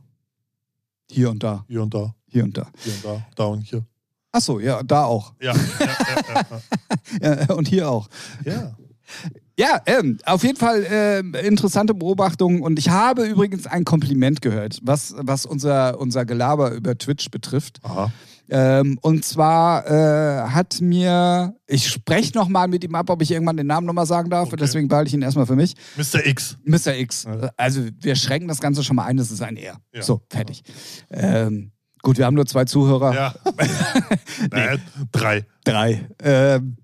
Hier und da. Hier und da. Hier und da. Hier und da. Da und hier. Achso, ja, da auch. Ja, ja, ja, ja, ja. Und hier auch. Ja. Ja, ähm, auf jeden Fall äh, interessante Beobachtung. Und ich habe übrigens ein Kompliment gehört, was, was unser, unser Gelaber über Twitch betrifft. Aha. Ähm, und zwar äh, hat mir, ich spreche nochmal mit ihm ab, ob ich irgendwann den Namen nochmal sagen darf, okay. Deswegen behalte ich ihn erstmal für mich. Mister X. Mister X. Ja. Also wir schränken das Ganze schon mal ein, das ist ein Er. Ja. So, fertig. Ja. Ähm, gut, wir haben nur zwei Zuhörer. Ja. nee. Naja, drei. Drei. Ähm,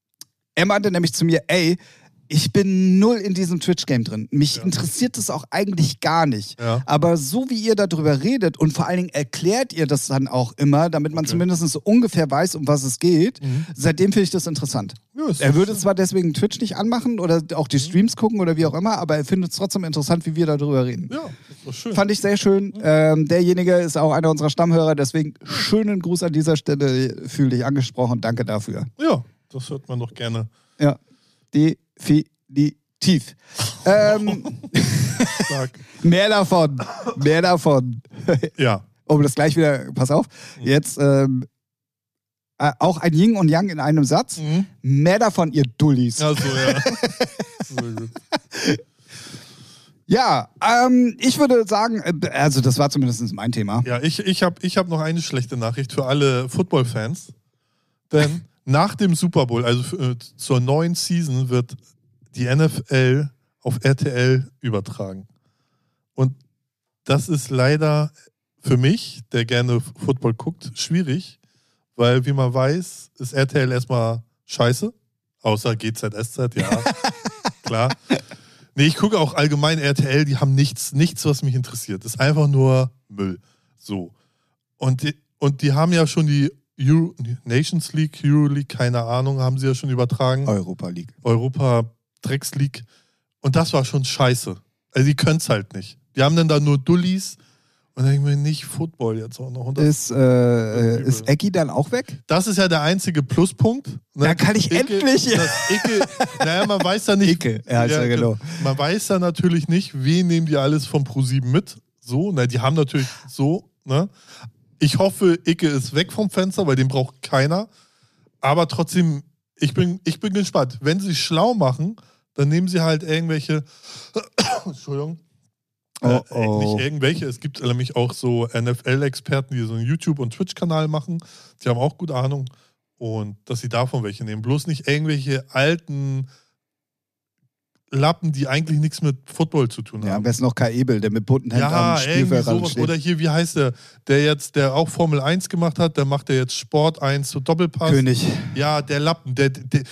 er meinte nämlich zu mir, ey, ich bin null in diesem Twitch-Game drin. Mich ja. interessiert das auch eigentlich gar nicht. Ja. Aber so wie ihr darüber redet und vor allen Dingen erklärt ihr das dann auch immer, damit man okay. zumindest so ungefähr weiß, um was es geht, mhm. seitdem finde ich das interessant. Ja, er würde zwar deswegen Twitch nicht anmachen oder auch die Streams gucken oder wie auch immer, aber er findet es trotzdem interessant, wie wir darüber reden. Ja, das ist schön. Fand ich sehr schön. Ja. Ähm, derjenige ist auch einer unserer Stammhörer, deswegen schönen Gruß an dieser Stelle. Fühl dich angesprochen. Danke dafür. Ja, das hört man doch gerne. Ja, definitiv. ähm, mehr davon. Mehr davon. Ja. Um das gleich wieder, pass auf, jetzt ähm, äh, auch ein Yin und Yang in einem Satz. Mhm. Mehr davon, ihr Dullis. Ach so, ja. Sehr gut. Ja, ähm, ich würde sagen, also das war zumindest mein Thema. Ja, ich, ich habe ich hab noch eine schlechte Nachricht für alle Football-Fans. Denn nach dem Super Bowl, also äh, zur neuen Season, wird die N F L auf R T L übertragen. Und das ist leider für mich, der gerne Football guckt, schwierig, weil, wie man weiß, ist R T L erstmal scheiße. Außer G Z S Z, ja, klar. Nee, ich gucke auch allgemein R T L, die haben nichts, nichts, was mich interessiert. Das ist einfach nur Müll. So. Und die, und die haben ja schon die Euro, Nations League, Euro League, keine Ahnung, haben sie ja schon übertragen. Europa League. Europa Drecks League. Und das war schon scheiße. Also die können es halt nicht. Die haben dann da nur Dullis und dann denke ich mir, nicht Football jetzt auch noch. Und das ist, äh, ist Ecki dann auch weg? Das ist ja der einzige Pluspunkt. Ne? Da kann ich Icke, endlich... Das Icke, naja, man weiß ja nicht... Icke, ja, ja, genau. Man weiß ja natürlich nicht, wen nehmen die alles vom ProSieben mit. So, ne, die haben natürlich so, ne. Ich hoffe, Icke ist weg vom Fenster, weil den braucht keiner. Aber trotzdem, ich bin, ich bin gespannt. Wenn sie schlau machen, dann nehmen sie halt irgendwelche... Entschuldigung. Oh, oh. Äh, nicht irgendwelche, es gibt nämlich auch so N F L-Experten, die so einen YouTube- und Twitch-Kanal machen. Die haben auch gute Ahnung. Und dass sie davon welche nehmen. Bloß nicht irgendwelche alten Lappen, die eigentlich nichts mit Football zu tun haben. Ja, am besten noch Kai Ebel, der mit bunten Händen ja, am Spielfeldrand sowas. steht. Oder hier, wie heißt der? Der jetzt, der auch Formel eins gemacht hat, der macht ja jetzt Sport eins, so Doppelpass. König. Ja, der Lappen, der, der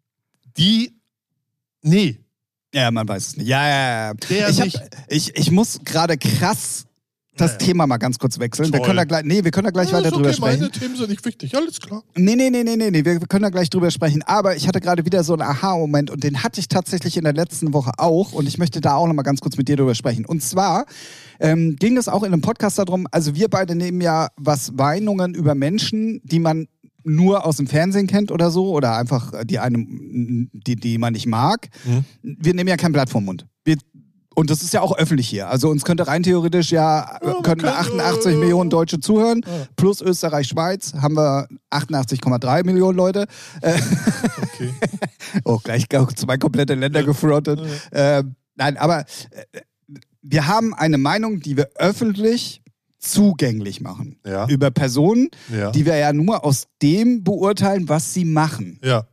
die, nee. Ja, man weiß es nicht. Ja, ja, ja. Der ich, hab, nicht. ich, ich muss gerade krass das ja. Thema mal ganz kurz wechseln. Toll. Wir können da gleich, nee, wir können da gleich ja, weiter okay, drüber sprechen. Meine Themen sind nicht wichtig, alles klar. Nee, nee, nee, nee, nee, nee, wir können da gleich drüber sprechen. Aber ich hatte gerade wieder so einen Aha-Moment und den hatte ich tatsächlich in der letzten Woche auch und ich möchte da auch nochmal ganz kurz mit dir drüber sprechen. Und zwar ähm, ging es auch in einem Podcast darum, also wir beide nehmen ja was Meinungen über Menschen, die man nur aus dem Fernsehen kennt oder so oder einfach die einem, die, die man nicht mag. Mhm. Wir nehmen ja kein Blatt vom Mund. Wir Und das ist ja auch öffentlich hier. Also uns könnte rein theoretisch ja, ja können wir achtundachtzig Millionen Deutsche zuhören. Ja. Plus Österreich, Schweiz haben wir achtundachtzig Komma drei Millionen Leute. Okay. Oh, gleich zwei komplette Länder ja. gefrontet. Ja. Äh, nein, aber äh, wir haben eine Meinung, die wir öffentlich zugänglich machen. Ja. Über Personen, Ja. die wir ja nur aus dem beurteilen, was sie machen. Ja.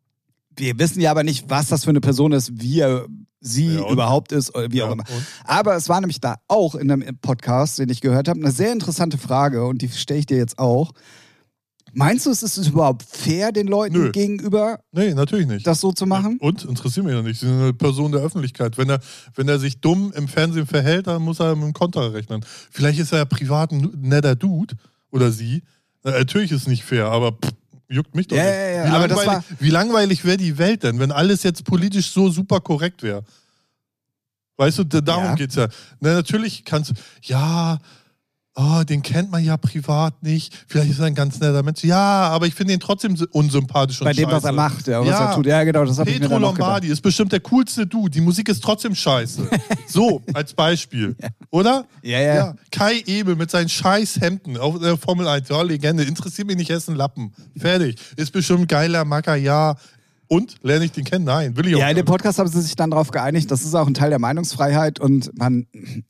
Wir wissen ja aber nicht, was das für eine Person ist, wie er, sie Ja, überhaupt ist, oder wie Ja, auch immer. und? Aber es war nämlich da auch in einem Podcast, den ich gehört habe, eine sehr interessante Frage und die stelle ich dir jetzt auch. Meinst du, es ist überhaupt fair, den Leuten Nö. gegenüber Nee, natürlich nicht. das so zu machen? Und? Interessiert mich ja nicht. Sie sind eine Person der Öffentlichkeit. Wenn er, wenn er sich dumm im Fernsehen verhält, dann muss er mit dem Konter rechnen. Vielleicht ist er ja privat ein netter Dude oder sie. Na, natürlich ist es nicht fair, aber pff, juckt mich doch Ja, nicht. ja, ja, Wie aber das langweilig, wie langweilig wäre die Welt denn, wenn alles jetzt politisch so super korrekt wäre? Weißt du, da- darum Ja. geht's ja. Na, natürlich kannst du, ja, oh, den kennt man ja privat nicht. Vielleicht ist er ein ganz netter Mensch. Ja, aber ich finde ihn trotzdem unsympathisch und Bei dem, was scheiße. er macht, ja, was Ja. er tut. Ja, genau, das habe ich mir Pedro dann auch gedacht. Lombardi ist bestimmt der coolste Dude. Die Musik ist trotzdem scheiße. So, als Beispiel. Oder? Ja, ja. Kai Ebel mit seinen scheiß Hemden auf der Formel eins. Ja, Legende. Interessiert mich nicht, er ist ein Lappen. Fertig. Ist bestimmt ein geiler Macker, ja. Und? Lerne ich den kennen? Nein, will ich auch Ja, in nicht. dem Podcast haben sie sich dann darauf geeinigt, das ist auch ein Teil der Meinungsfreiheit und man,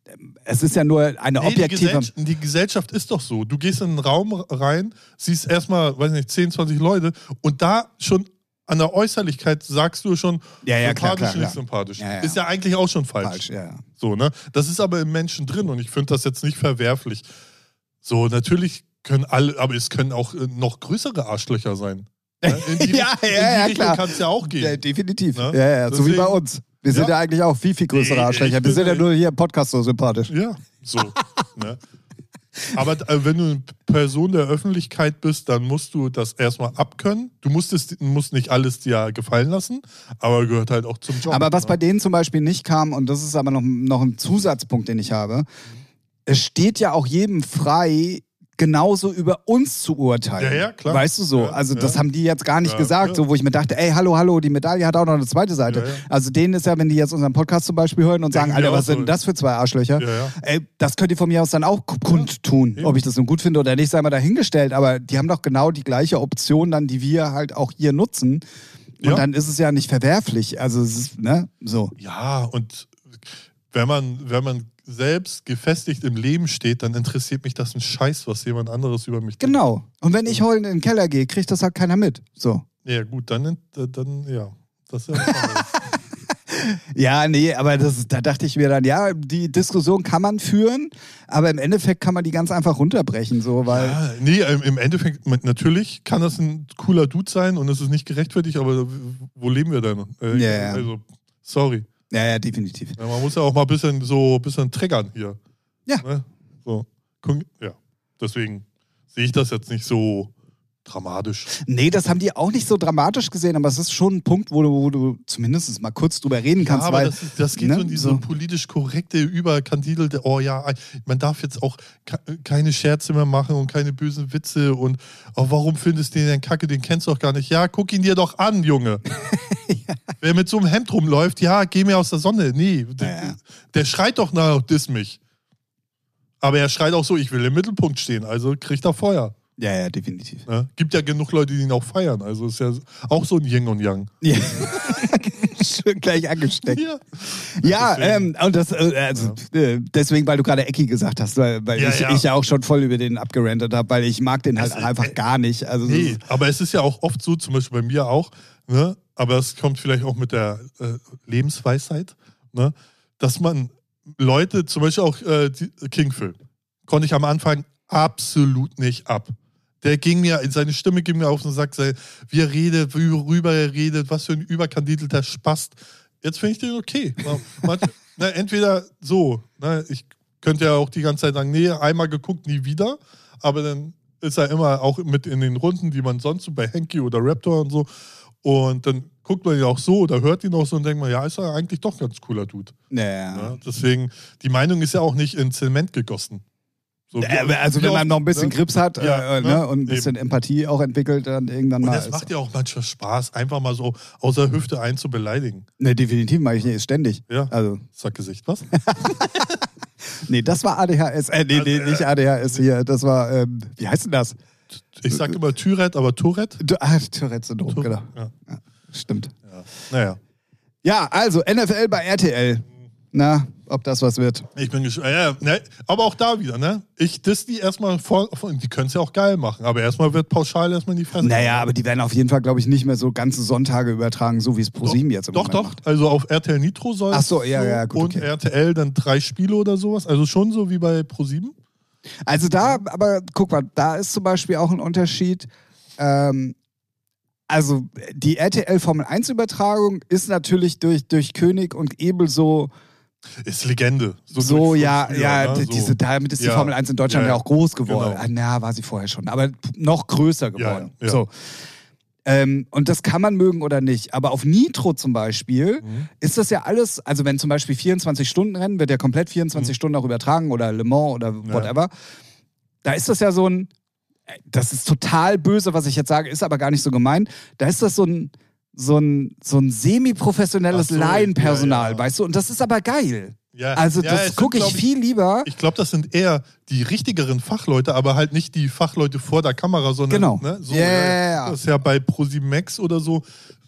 es ist ja nur eine Nee, die, objektive... Gesell die Gesellschaft ist doch so. Du gehst in einen Raum rein, siehst erstmal, weiß nicht, zehn, zwanzig Leute und da schon an der Äußerlichkeit sagst du schon Ja, ja, klar, sympathisch, klar, nicht klar. sympathisch. Ja, ja. Ist ja eigentlich auch schon falsch. Falsch, ja, ja. So, ne? Das ist aber im Menschen drin und ich finde das jetzt nicht verwerflich. So, natürlich können alle, aber es können auch äh, noch größere Arschlöcher sein. Ne? In die, Ja, ja, in die ja, Richtung klar. kann es ja auch gehen. Ja, definitiv. Ne? Ja, ja, so wie Deswegen- bei uns. Wir sind Ja. ja eigentlich auch viel, viel größere Nee, Arschlöcher. ich Wir sind bin- ja nur hier im Podcast so sympathisch. Ja, so. Ne? Aber äh, wenn du eine Person der Öffentlichkeit bist, dann musst du das erstmal abkönnen. Du musst, es, musst nicht alles dir gefallen lassen, aber gehört halt auch zum Job. Aber was ne? bei denen zum Beispiel nicht kam, und das ist aber noch, noch ein Zusatzpunkt, den ich habe, es steht ja auch jedem frei, genauso über uns zu urteilen. Ja, ja, klar. Weißt du so? Ja, also das ja. haben die jetzt gar nicht Ja, gesagt, ja. so wo ich mir dachte, ey, hallo, hallo, die Medaille hat auch noch eine zweite Seite. Ja, ja. Also denen ist ja, wenn die jetzt unseren Podcast zum Beispiel hören und sagen, Denken wir Alter, auch was sind so. denn das für zwei Arschlöcher? Ja, ja. Ey, das könnt ihr von mir aus dann auch kundtun, eben. ob ich das nun gut finde oder nicht, sei mal dahingestellt, aber die haben doch genau die gleiche Option dann, die wir halt auch hier nutzen. Und Ja. dann ist es ja nicht verwerflich. Also, es ist, ne, so. Ja, und wenn man, wenn man selbst gefestigt im Leben steht, dann interessiert mich das ein Scheiß, was jemand anderes über mich denkt. Genau. Und wenn ich heulend in den Keller gehe, kriegt das halt keiner mit. So. Ja, gut, dann, dann ja. Das ist ja was anderes. Ja, nee, aber das, da dachte ich mir dann, ja, die Diskussion kann man führen, aber im Endeffekt kann man die ganz einfach runterbrechen, so, weil. Ja, nee, im im Endeffekt, natürlich kann das ein cooler Dude sein und es ist nicht gerechtfertigt, aber wo leben wir denn? Äh, Ja, ja. Also, sorry. Ja, ja, definitiv. Ja, man muss ja auch mal ein bisschen so ein bisschen triggern hier. Ja. Ne? So. Guck- Ja. Deswegen sehe ich das jetzt nicht so dramatisch. Nee, das haben die auch nicht so dramatisch gesehen, aber es ist schon ein Punkt, wo du, wo du zumindest mal kurz drüber reden kannst, ja, aber weil. das, ist, das geht ne, so in diese so. politisch korrekte, überkandidelte, oh ja, man darf jetzt auch ke- keine Scherze mehr machen und keine bösen Witze und oh, warum findest du den denn kacke, den kennst du doch gar nicht. Ja, guck ihn dir doch an, Junge. ja. Wer mit so einem Hemd rumläuft, ja, geh mir aus der Sonne. Nee, der, Ja, ja. der schreit doch nach, diss mich. Aber er schreit auch so, ich will im Mittelpunkt stehen, also kriegt er Feuer. Ja, ja, definitiv. Ne? Gibt ja genug Leute, die ihn auch feiern, also ist ja auch so ein Yin und Yang. Ja. Schön gleich angesteckt. Ja, Ja, Deswegen. ähm, und das, äh, also, äh, deswegen, weil du gerade Ecki gesagt hast, weil, weil Ja, ich, ja. ich ja auch schon voll über den abgerantet habe, weil ich mag den halt Es- einfach äh, gar nicht. Also, das Nee, ist- aber es ist ja auch oft so, zum Beispiel bei mir auch, ne? Aber es kommt vielleicht auch mit der äh, Lebensweisheit, ne? Dass man Leute, zum Beispiel auch äh, die, King Phil, konnte ich am Anfang absolut nicht ab. Der ging mir, seine Stimme ging mir auf den Sack, sei- wie er redet, worüber er redet, was für ein überkandidelter Spast. Jetzt finde ich den okay. Man, na, entweder so, ne, ich könnte ja auch die ganze Zeit sagen, nee, einmal geguckt, nie wieder, aber dann ist er immer auch mit in den Runden, die man sonst so bei Henky oder Raptor und so, und dann guckt man ihn auch so oder hört ihn auch so und denkt man, ja, ist er eigentlich doch ein ganz cooler Dude. ja, ja. Ja, deswegen, die Meinung ist ja auch nicht in Zement gegossen. So, wie- Äh, Also wie wenn man oft, noch ein bisschen ne? Grips hat Ja, äh, ne? ne, und ein bisschen Eben. Empathie auch entwickelt, dann irgendwann Und mal. das ist- macht ja auch manchmal Spaß, einfach mal so außer Hüfte einen zu beleidigen. Ne, definitiv mache ich nicht, ständig. Ja. Also, Sackgesicht, was? nee, das war A D H S. Äh, nee, nee, nicht A D H S hier. Das war, ähm, wie heißt denn das? Ich sag immer Tourette, aber Tourette? Du, ah, Tourette-Syndrom, Tour- genau. Ja. Ja, stimmt. Ja. Naja. Ja, also N F L bei R T L. Na, ob das was wird. Ich bin gespannt. Ja, ne, aber auch da wieder, ne? Ich diss die erstmal vor, die können es ja auch geil machen, aber erstmal wird pauschal erstmal in die Fresse. Naja, aber die werden auf jeden Fall, glaube ich, nicht mehr so ganze Sonntage übertragen, so wie es ProSieben jetzt im Doch, Moment doch. macht. Also auf R T L Nitro soll es. Ach so, ja, ja, gut, Und okay. R T L dann drei Spiele oder sowas. Also schon so wie bei ProSieben. Also da, aber guck mal, da ist zum Beispiel auch ein Unterschied. Ähm, also die R T L Formel eins Übertragung ist natürlich durch, durch König und Ebel so. Ist Legende. So, so ja, früher, ja, ne? diese, so. damit ist die Ja. Formel eins in Deutschland ja, Ja, ja auch groß geworden. genau. Ah, na, war sie vorher schon, aber noch größer geworden. Ja, ja. So. Ähm, und das kann man mögen oder nicht. Aber auf Nitro zum Beispiel Mhm. ist das ja alles, also wenn zum Beispiel vierundzwanzig-Stunden-Rennen, wird ja komplett vierundzwanzig Mhm. Stunden auch übertragen oder Le Mans oder Ja. whatever. Da ist das ja so ein, das ist total böse, was ich jetzt sage, ist aber gar nicht so gemeint. Da ist das so ein, so ein, so ein semi-professionelles Ach so, Laienpersonal, ja, ja. weißt du? Und das ist aber geil. Ja. Also ja, das es sind, gucke ich glaub viel lieber. Ich glaube, das sind eher die richtigeren Fachleute, aber halt nicht die Fachleute vor der Kamera, sondern Genau. ne, so, Ja, ja, ja, ja. das ist ja bei ProSieben Max oder so.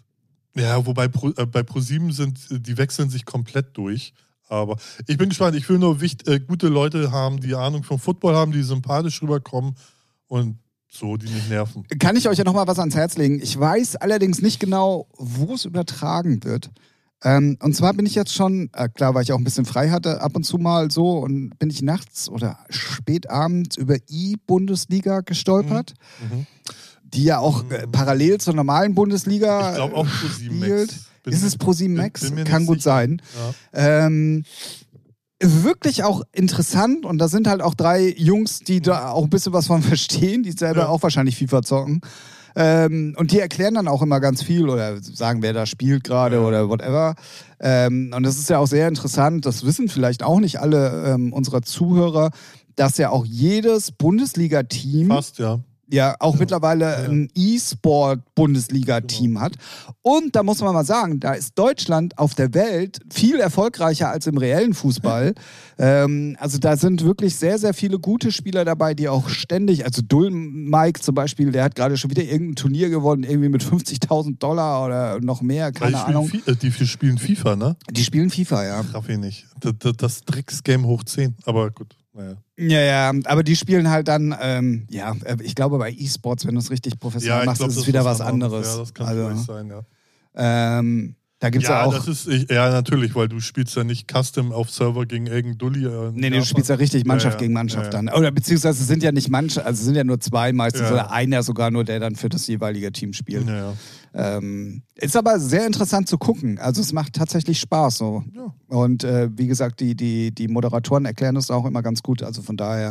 Ja, wobei Pro, äh, bei ProSieben sind, die wechseln sich komplett durch. Aber ich bin gespannt. Ich will nur wicht, äh, gute Leute haben, die Ahnung vom Football haben, die sympathisch rüberkommen und so, die nicht nerven. Kann ich euch ja nochmal was ans Herz legen. Ich weiß allerdings nicht genau, wo es übertragen wird. Ähm, und zwar bin ich jetzt schon, äh, klar, weil ich auch ein bisschen frei hatte, ab und zu mal so, und bin ich nachts oder spät abends über I-Bundesliga gestolpert, Mhm. die ja auch äh, parallel zur normalen Bundesliga Ich glaube auch äh, ProSieben spielt. Max. Bin Ist es mir- ProSieben bin- Max? bin mir Kann nicht gut sicher. sein. Ja. Ähm, wirklich auch interessant, und da sind halt auch drei Jungs, die da auch ein bisschen was von verstehen, die selber Ja. auch wahrscheinlich FIFA zocken. Ähm, und die erklären dann auch immer ganz viel oder sagen, wer da spielt gerade Ja. oder whatever. Ähm, und das ist ja auch sehr interessant, das wissen vielleicht auch nicht alle ähm, unserer Zuhörer, dass ja auch jedes Bundesliga-Team Fast, ja. ja auch Ja. mittlerweile Ja. ein E-Sport-Bundesliga-Team Genau. hat. Und da muss man mal sagen, da ist Deutschland auf der Welt viel erfolgreicher als im reellen Fußball. ähm, also da sind wirklich sehr, sehr viele gute Spieler dabei, die auch ständig, also Dull Mike zum Beispiel, der hat gerade schon wieder irgendein Turnier gewonnen, irgendwie mit fünfzigtausend Dollar oder noch mehr, Weil keine die Ahnung. spielen, Fi- äh, die spielen FIFA, ne? Die spielen FIFA, ja. Raff ich nicht. Das, das, das Drecksgame hoch zehn. Aber gut, naja. Ja, ja, aber die spielen halt dann, ähm, ja, äh, ich glaube bei E-Sports, wenn du es richtig professionell Ja, ich machst, glaub, ist das es wieder ist was was anderes. Ja, das kann also, vielleicht sein, ja. ähm, da gibt es ja, Ja, auch. das ist, ich, ja, natürlich, weil du spielst ja nicht Custom auf Server gegen irgendeinen Dulli. Äh, Nee, nee, du spielst ja richtig Mannschaft Ja, ja. gegen Mannschaft Ja, ja. dann. Oder beziehungsweise es sind ja nicht Mannschaft, also es sind ja nur zwei meistens Ja. oder einer sogar nur, der dann für das jeweilige Team spielt. Ja, ja. Ähm, ist aber sehr interessant zu gucken. Also es macht tatsächlich Spaß so. Ja. Und äh, wie gesagt, die, die, die Moderatoren erklären das auch immer ganz gut. Also von daher,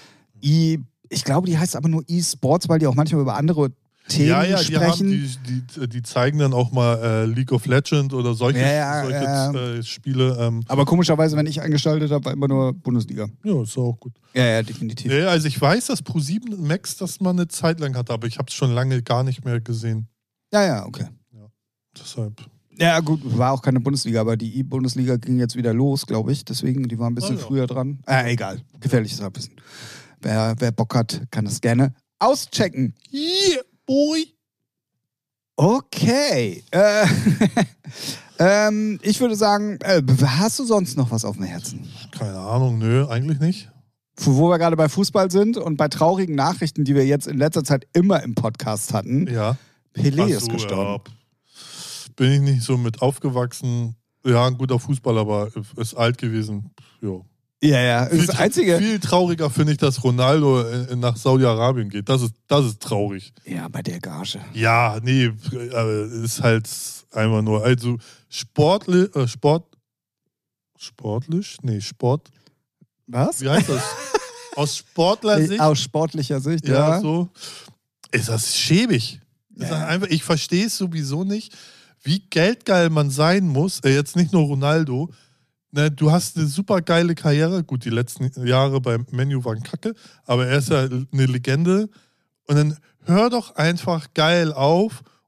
I, ich glaube, die heißt aber nur E-Sports, weil die auch manchmal über andere Themen Ja, ja, die, haben, sprechen. die, die, die zeigen dann auch mal äh, League of Legends oder solche, Ja, ja, solche ja. Äh, Spiele. Ähm, Aber komischerweise, wenn ich eingeschaltet habe, war immer nur Bundesliga. ja, ist auch gut. Ja, ja, definitiv. Ja, also ich weiß, dass ProSieben Max das mal eine Zeit lang hatte, aber ich habe es schon lange gar nicht mehr gesehen. Ja, ja, okay. Deshalb. Ja, gut, war auch keine Bundesliga, aber die E-Bundesliga ging jetzt wieder los, glaube ich. Deswegen, die war ein bisschen Ah, ja. früher dran. Äh, egal. Gefährliches Halbwissen. Wer, wer Bock hat, kann das gerne auschecken. Yeah, boy! Okay. Äh, ähm, ich würde sagen, äh, hast du sonst noch was auf dem Herzen? Keine Ahnung, nö, eigentlich nicht. Wo wir gerade bei Fußball sind und bei traurigen Nachrichten, die wir jetzt in letzter Zeit immer im Podcast hatten. Ja. Pelé Ach ist so, gestorben. Ja. Bin ich nicht so mit aufgewachsen. Ja, ein guter Fußballer, aber ist alt gewesen. Ja. Ja, ja. Das, Viel, ist das Einzige. viel trauriger finde ich, dass Ronaldo äh, nach Saudi-Arabien geht. Das ist, das ist traurig. Ja, bei der Gage. Ja, nee, äh, ist halt einfach nur. Also sportlich, äh, Sport. Sportlich? Nee, Sport. Was? Wie heißt das? Aus Sportlersicht? Aus sportlicher Sicht, Ja, ja. so. Ist das schäbig. Das Ja. ist einfach, ich verstehe es sowieso nicht, wie geldgeil man sein muss. Äh, jetzt nicht nur Ronaldo. Ne, du hast eine super geile Karriere. Gut, die letzten Jahre beim Menu waren kacke, aber er ist ja eine Legende. Und dann hör doch einfach geil auf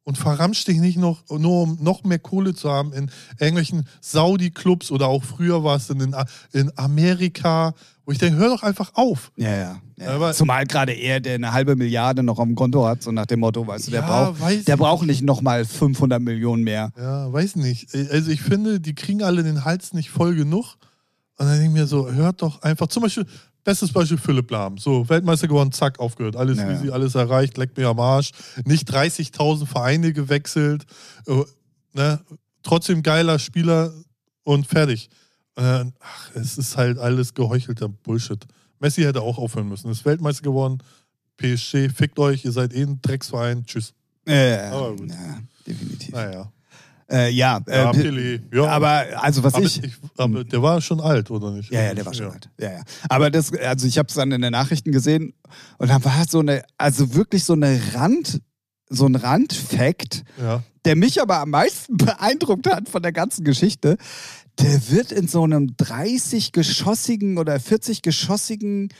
und verramsch dich nicht noch, nur um noch mehr Kohle zu haben in irgendwelchen Saudi-Clubs oder auch früher war es in, in Amerika, wo ich denke, hör doch einfach auf. Ja, ja. ja. Aber, Zumal gerade er, der eine halbe Milliarde noch auf dem Konto hat, so nach dem Motto, weißt du, der ja, braucht, der braucht nicht nochmal fünfhundert Millionen mehr. Ja, weiß nicht. Also ich finde, die kriegen alle den Hals nicht voll genug. Und dann denke ich mir so, hört doch einfach, zum Beispiel, bestes Beispiel Philipp Lahm. So, Weltmeister geworden, zack, aufgehört. Alles ja, easy, ja. alles erreicht, leckt mir am Arsch. Nicht dreißigtausend Vereine gewechselt. Äh, ne? Trotzdem geiler Spieler und fertig. Äh, ach, es ist halt alles geheuchelter Bullshit. Messi hätte auch aufhören müssen. Ist Weltmeister geworden, P S G, fickt euch, ihr seid eh ein Drecksverein, tschüss. Äh, Aber gut. Ja, definitiv. Naja. Äh, ja, äh, Ja, Pelé. Ja. aber also was aber ich, ich aber der war schon alt, oder nicht? ja, ja, der war schon alt. Ja, ja. Aber das, also ich habe es dann in den Nachrichten gesehen und dann war so eine, also wirklich so eine Rand, so ein Randfact, Ja. der mich aber am meisten beeindruckt hat von der ganzen Geschichte. Der wird in so einem dreißig-geschossigen oder vierzig-geschossigen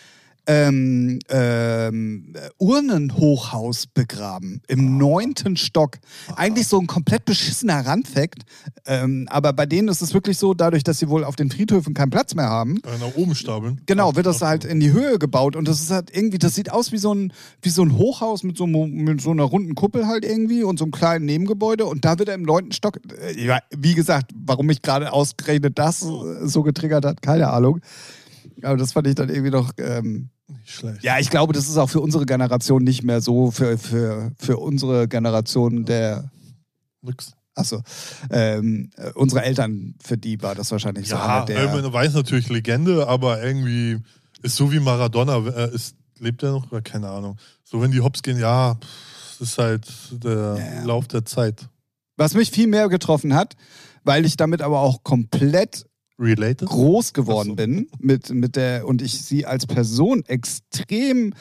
ähm, ähm, Urnenhochhaus begraben. Im neunten Stock. Eigentlich so ein komplett beschissener Randfact. Ähm, aber bei denen ist es wirklich so, dadurch, dass sie wohl auf den Friedhöfen keinen Platz mehr haben. Äh, nach oben stapeln. Genau, wird das halt in die Höhe gebaut und das ist halt irgendwie, das sieht aus wie so ein, wie so ein Hochhaus mit so, mit so einer runden Kuppel halt irgendwie und so einem kleinen Nebengebäude und da wird er im neunten Stock, äh, ja, wie gesagt, warum mich gerade ausgerechnet das äh, so getriggert hat, keine Ahnung. Aber das fand ich dann irgendwie noch, ähm, Nicht schlecht. ja, ich glaube, das ist auch für unsere Generation nicht mehr so, für, für, für unsere Generation der, Nix. achso, ähm, äh, unsere Eltern, für die war das wahrscheinlich so Ja, einer der... man weiß natürlich Legende, aber irgendwie ist so wie Maradona, äh, ist, lebt er noch? Oder keine Ahnung. So, wenn die Hops gehen, ja, pff, ist halt der Ja, ja. Lauf der Zeit. Was mich viel mehr getroffen hat, weil ich damit aber auch komplett Related? groß geworden Ach so. bin mit, mit der und ich sie als Person extrem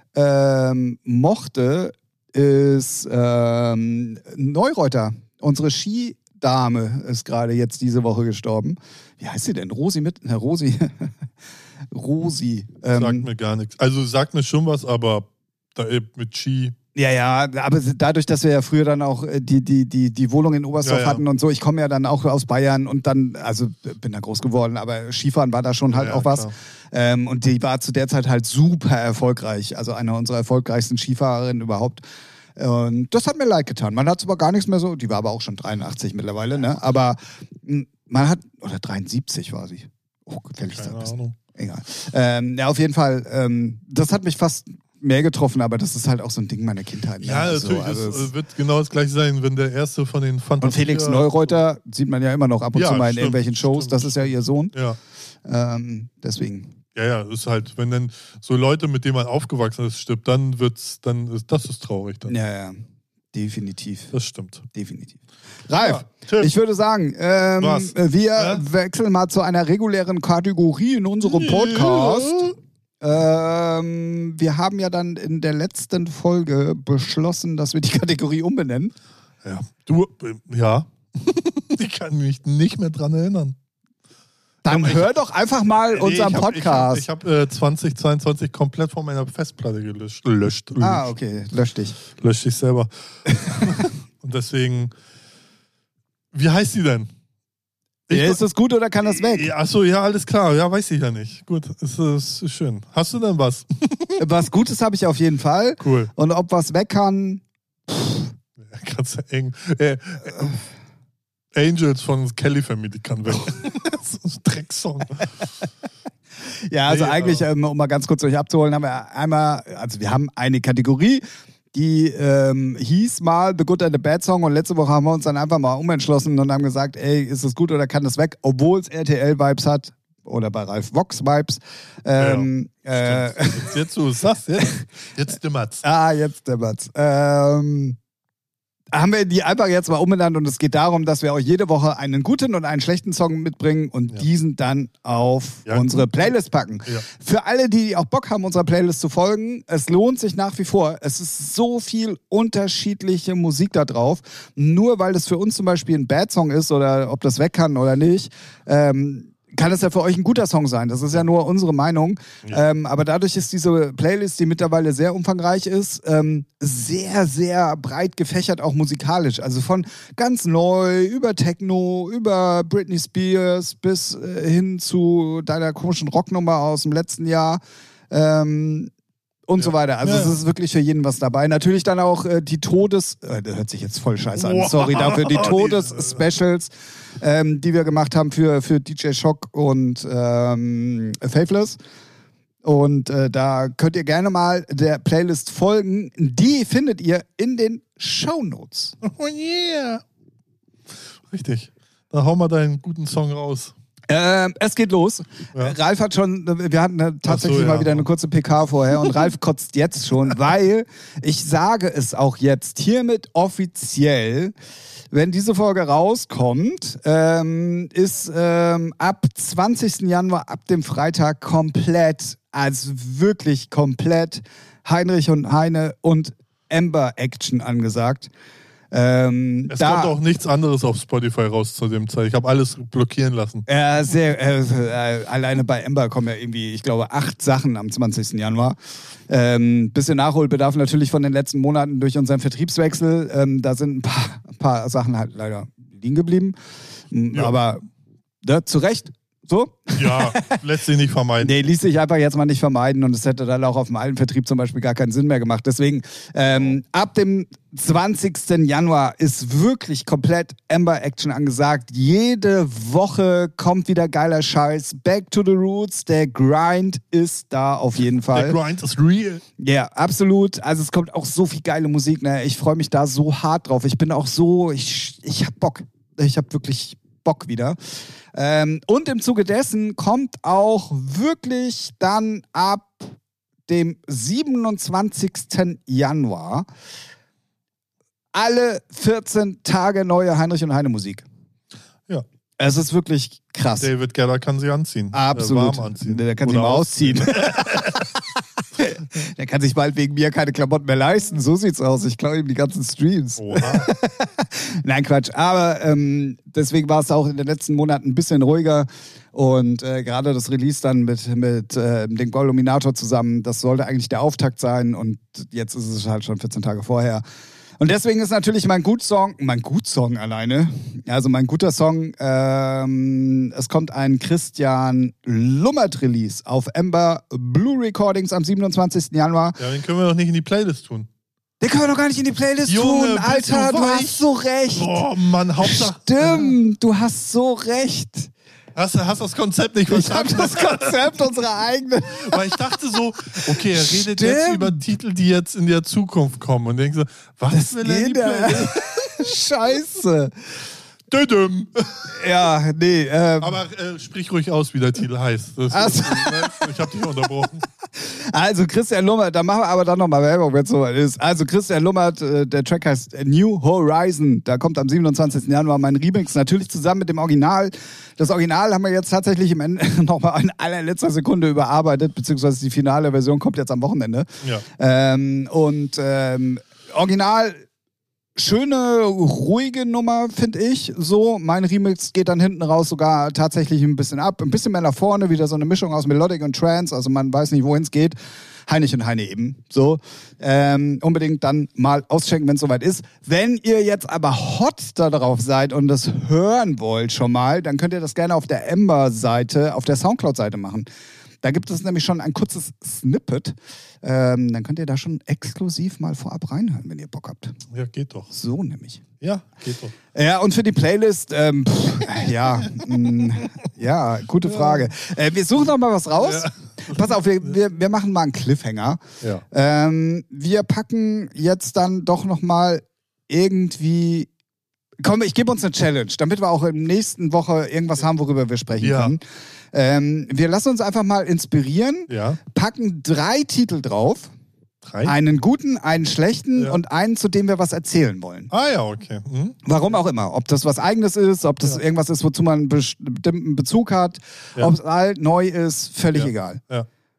ähm, mochte, ist ähm, Neureuter. Unsere Skidame ist gerade jetzt diese Woche gestorben. Wie heißt sie denn? Rosi mit? Na, Rosi. Rosi. Ähm, Sagt mir gar nichts. Also sagt mir schon was, aber da eben mit Ski. Ja, ja, aber dadurch, dass wir ja früher dann auch äh, die, die, die, die Wohnung in Oberstdorf Ja, ja. hatten und so, ich komme ja dann auch aus Bayern und dann, also bin da groß geworden, aber Skifahren war da schon halt Ja, auch was. klar. Ähm, und die war zu der Zeit halt super erfolgreich, also eine unserer erfolgreichsten Skifahrerinnen überhaupt. Und das hat mir leid getan. Man hat aber gar nichts mehr so, die war aber auch schon dreiundachtzig mittlerweile, ne? Aber mh, man hat, oder dreiundsiebzig war sie. Oh, gefälligst Keine ein bisschen. Ahnung. Egal. Ähm, ja, auf jeden Fall, ähm, das hat mich fast mehr getroffen, aber das ist halt auch so ein Ding meiner Kindheit. Ne? Ja, Also, natürlich. also es es wird genau das gleiche sein, wenn der erste von den Fantasie... und Felix Neureuter sieht man ja immer noch ab und Ja, zu mal in stimmt, irgendwelchen Shows. stimmt, Das ist ja ihr Sohn. Ja. Ähm, deswegen. Ja, ja, ist halt, wenn dann so Leute, mit denen man aufgewachsen ist, stirbt, dann wird's, dann ist das ist traurig dann. Ja, ja. Definitiv. Das stimmt. Definitiv. Ralf, Ja, Tim. ich würde sagen, ähm, Was? wir Ja? wechseln mal zu einer regulären Kategorie in unserem Podcast. Ähm, wir haben ja dann in der letzten Folge beschlossen, dass wir die Kategorie umbenennen. Ja. Du, äh, ja. Ich kann mich nicht mehr dran erinnern. Dann Ja, aber hör doch einfach mal Nee, unseren ich hab, Podcast. Ich habe hab, äh, zwanzig zweiundzwanzig komplett von meiner Festplatte gelöscht. Löscht. Ah, löscht. okay, lösch dich. Löscht dich selber. Und deswegen, wie heißt die denn? Ja, ist das gut oder kann das weg? Ja, achso, ja, alles klar. Ja, weiß ich ja nicht. Gut, ist, ist, ist schön. Hast du denn was? Was Gutes habe ich auf jeden Fall. Cool. Und ob was weg kann, Ja, kannst du eng. Äh, äh, Angels von Kelly Family kann weg. Das ist ein Drecksong. ja, also Nee, eigentlich, aber- ähm, um mal ganz kurz euch abzuholen, haben wir einmal, also wir haben eine Kategorie, die ähm, hieß mal The Good and the Bad Song und letzte Woche haben wir uns dann einfach mal umentschlossen und haben gesagt, ey, ist das gut oder kann das weg? Obwohl es R T L-Vibes hat oder bei Ralf Vox-Vibes. Ähm, äh, Jetzt, jetzt du es sagst, jetzt, jetzt dimmert's. ah, jetzt dämmert's. Ähm, haben wir die einfach jetzt mal umbenannt und es geht darum, dass wir euch jede Woche einen guten und einen schlechten Song mitbringen und Ja. diesen dann auf Ja, unsere gut. Playlist packen. Ja. Für alle, die auch Bock haben, unserer Playlist zu folgen, es lohnt sich nach wie vor. Es ist so viel unterschiedliche Musik da drauf. Nur weil es für uns zum Beispiel ein Bad Song ist oder ob das weg kann oder nicht, ähm, kann es ja für euch ein guter Song sein. Das ist ja nur unsere Meinung. Ja. Ähm, aber dadurch ist diese Playlist, die mittlerweile sehr umfangreich ist, ähm, sehr, sehr breit gefächert, auch musikalisch. Also von ganz neu über Techno, über Britney Spears bis äh, hin zu deiner komischen Rocknummer aus dem letzten Jahr. Ähm, Und ja. so weiter. Also ja. es ist wirklich für jeden was dabei. Natürlich dann auch äh, die Todes... Äh, das hört sich jetzt voll scheiße an. Wow. Sorry dafür. Die Todes-Specials, ähm, die wir gemacht haben für, für D J Shock und ähm, Faithless. Und äh, da könnt ihr gerne mal der Playlist folgen. Die findet ihr in den Shownotes. Oh yeah. Richtig. Da hau mal deinen guten Song raus. Ähm, es geht los. Ja. Ralf hat schon, wir hatten äh, tatsächlich so, ja. mal wieder eine kurze P K vorher und Ralf kotzt jetzt schon, weil ich sage es auch jetzt hiermit offiziell, wenn diese Folge rauskommt, ähm, ist ähm, ab zwanzigsten Januar, ab dem Freitag komplett, also wirklich komplett Heinrich und Heine und Ember Action angesagt. Ähm, es da, kommt auch nichts anderes auf Spotify raus zu dem Zeit. Ich habe alles blockieren lassen. Äh, sehr, äh, äh, alleine bei Ember kommen ja irgendwie, ich glaube, acht Sachen am zwanzigsten Januar. Ähm, bisschen Nachholbedarf natürlich von den letzten Monaten durch unseren Vertriebswechsel. Ähm, da sind ein paar, ein paar Sachen halt leider liegen geblieben. Ja. Aber ne, zu Recht. So? Ja, lässt sich nicht vermeiden. Nee, ließ sich einfach jetzt mal nicht vermeiden und es hätte dann auch auf dem alten Vertrieb zum Beispiel gar keinen Sinn mehr gemacht. Deswegen, ähm, ab dem zwanzigsten Januar ist wirklich komplett Ember Action angesagt. Jede Woche kommt wieder geiler Scheiß. Back to the Roots. Der Grind ist da auf jeden Fall. Der Grind ist real. Ja, yeah, absolut. Also es kommt auch so viel geile Musik. Ne? Ich freue mich da so hart drauf. Ich bin auch so, ich, ich hab Bock. Ich hab wirklich Bock wieder. Ähm, und im Zuge dessen kommt auch wirklich dann ab dem siebenundzwanzigsten Januar alle vierzehn Tage neue Heinrich und Heine Musik. Ja. Es ist wirklich krass. David Geller kann sie anziehen. Absolut. Äh, warm anziehen. Der kann Oder sie mal ausziehen. Der kann sich bald wegen mir keine Klamotten mehr leisten. So sieht's aus. Ich klaue ihm die ganzen Streams. Oha. Nein, Quatsch. Aber ähm, deswegen war es auch in den letzten Monaten ein bisschen ruhiger. Und äh, gerade das Release dann mit, mit äh, dem Golluminator zusammen, das sollte eigentlich der Auftakt sein. Und jetzt ist es halt schon vierzehn Tage vorher. Und deswegen ist natürlich mein Gutsong, mein Gutsong alleine, also mein guter Song, ähm, es kommt ein Christian Lummert-Release auf Ember Blue Recordings am siebenundzwanzigsten Januar. Ja, den können wir doch nicht in die Playlist tun. Den können wir doch gar nicht in die Playlist Junge, tun, Alter, du, du hast so recht. Oh Mann, Hauptsache. Stimmt, du hast so recht. Hast du hast das Konzept nicht verstanden? Ich hab das Konzept unserer eigenen. Weil ich dachte so, okay, er redet Stimmt. jetzt über Titel, die jetzt in der Zukunft kommen. Und denkst so, was das will er die Scheiße. Dödüm. Ja, nee. Ähm, Aber äh, sprich ruhig aus, wie der Titel heißt. Das, also. Ich hab dich unterbrochen. Also Christian Lummert, da machen wir aber dann nochmal Werbung, wenn es so ist. Also Christian Lummert, äh, der Track heißt New Horizon. Da kommt am siebenundzwanzigsten Januar mein Remix, natürlich zusammen mit dem Original. Das Original haben wir jetzt tatsächlich im Ende nochmal in allerletzter Sekunde überarbeitet, beziehungsweise die finale Version kommt jetzt am Wochenende. Ja. Ähm, und ähm, Original... Schöne, ruhige Nummer, finde ich. So, mein Remix geht dann hinten raus sogar tatsächlich ein bisschen ab. Ein bisschen mehr nach vorne, wieder so eine Mischung aus Melodic und Trance. Also man weiß nicht, wohin es geht. Heinrich und Heine eben. So, ähm, unbedingt dann mal auschecken, wenn es soweit ist. Wenn ihr jetzt aber hot da drauf seid und das hören wollt schon mal, dann könnt ihr das gerne auf der Ember-Seite, auf der Soundcloud-Seite machen. Da gibt es nämlich schon ein kurzes Snippet. Ähm, dann könnt ihr da schon exklusiv mal vorab reinhören, wenn ihr Bock habt. Ja, geht doch. So nämlich. Ja, geht doch. Ja, und für die Playlist, ähm, pff, ja, mh, ja, gute Frage. Äh, wir suchen noch mal was raus. Ja. Pass auf, wir, wir, wir machen mal einen Cliffhanger. Ja. Ähm, wir packen jetzt dann doch noch mal irgendwie... Komm, ich gebe uns eine Challenge, damit wir auch in der nächsten Woche irgendwas haben, worüber wir sprechen ja. können. Ähm, wir lassen uns einfach mal inspirieren, ja. packen drei Titel drauf. Drei? Einen guten, einen schlechten ja. und einen, zu dem wir was erzählen wollen. Ah ja, okay. Mhm. Warum auch immer. Ob das was Eigenes ist, ob das ja. irgendwas ist, wozu man einen bestimmten Bezug hat, ja. ob es alt, neu ist, völlig ja. egal. Ja.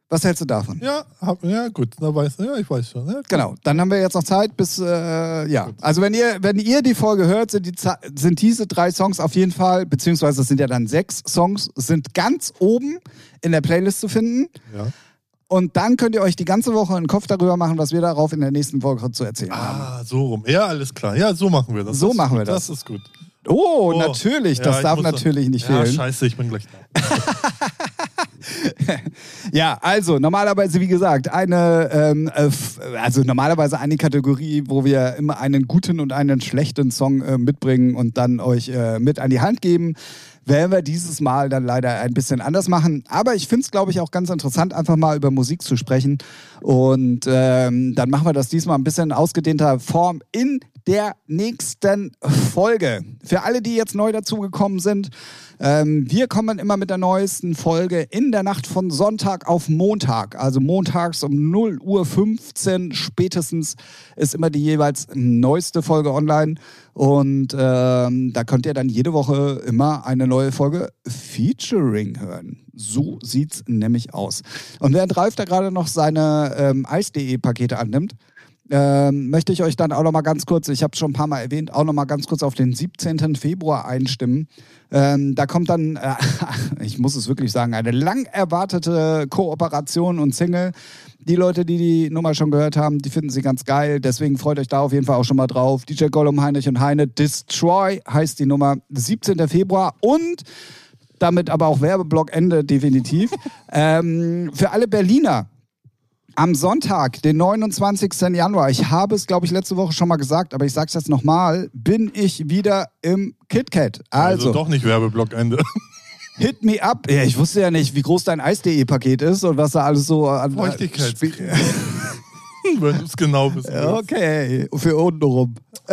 Was hältst du davon? Ja, hab, ja gut, da weiß, ja, ich weiß schon. Ja, genau, dann haben wir jetzt noch Zeit bis, äh, ja. Gut. Also wenn ihr, wenn ihr die Folge hört, sind, die, sind diese drei Songs auf jeden Fall, beziehungsweise es sind ja dann sechs Songs, sind ganz oben in der Playlist zu finden. Ja. Und dann könnt ihr euch die ganze Woche einen Kopf darüber machen, was wir darauf in der nächsten Folge zu erzählen ah, haben. Ah, so rum. Ja, alles klar. Ja, so machen wir das. So das machen wir gut. das. Das ist gut. Oh, oh natürlich. Das ja, darf natürlich da... nicht ja, fehlen. Scheiße, ich bin gleich da. Ja, also normalerweise, wie gesagt, eine, ähm, also normalerweise eine Kategorie, wo wir immer einen guten und einen schlechten Song äh, mitbringen und dann euch äh, mit an die Hand geben. Werden wir dieses Mal dann leider ein bisschen anders machen. Aber ich finde es, glaube ich, auch ganz interessant, einfach mal über Musik zu sprechen. Und ähm, dann machen wir das diesmal ein bisschen in ausgedehnter Form in der nächsten Folge. Für alle, die jetzt neu dazugekommen sind, ähm, wir kommen immer mit der neuesten Folge in der Nacht von Sonntag auf Montag. Also montags um null Uhr fünfzehn spätestens ist immer die jeweils neueste Folge online. Und ähm, da könnt ihr dann jede Woche immer eine neue Folge Featuring hören. So sieht's nämlich aus. Und während Ralf da gerade noch seine ähm, Eis.de-Pakete annimmt, Ähm, möchte ich euch dann auch noch mal ganz kurz, ich habe es schon ein paar Mal erwähnt, auch noch mal ganz kurz auf den siebzehnten Februar einstimmen. Ähm, da kommt dann, äh, ich muss es wirklich sagen, eine lang erwartete Kooperation und Single. Die Leute, die die Nummer schon gehört haben, die finden sie ganz geil. Deswegen freut euch da auf jeden Fall auch schon mal drauf. D J Gollum, Heinrich und Heine, Destroy heißt die Nummer, siebzehnten Februar. Und damit aber auch Werbeblock Ende definitiv. ähm, für alle Berliner. Am Sonntag, den neunundzwanzigsten Januar, ich habe es, glaube ich, letzte Woche schon mal gesagt, aber ich sage es jetzt nochmal, bin ich wieder im KitKat. Also, also doch nicht Werbeblockende. Hit me up. Ja, ich wusste ja nicht, wie groß dein Eis.de-Paket ist und was da alles so an... Feuchtigkeit. Wenn du es genau wissen willst. Okay, für unten rum.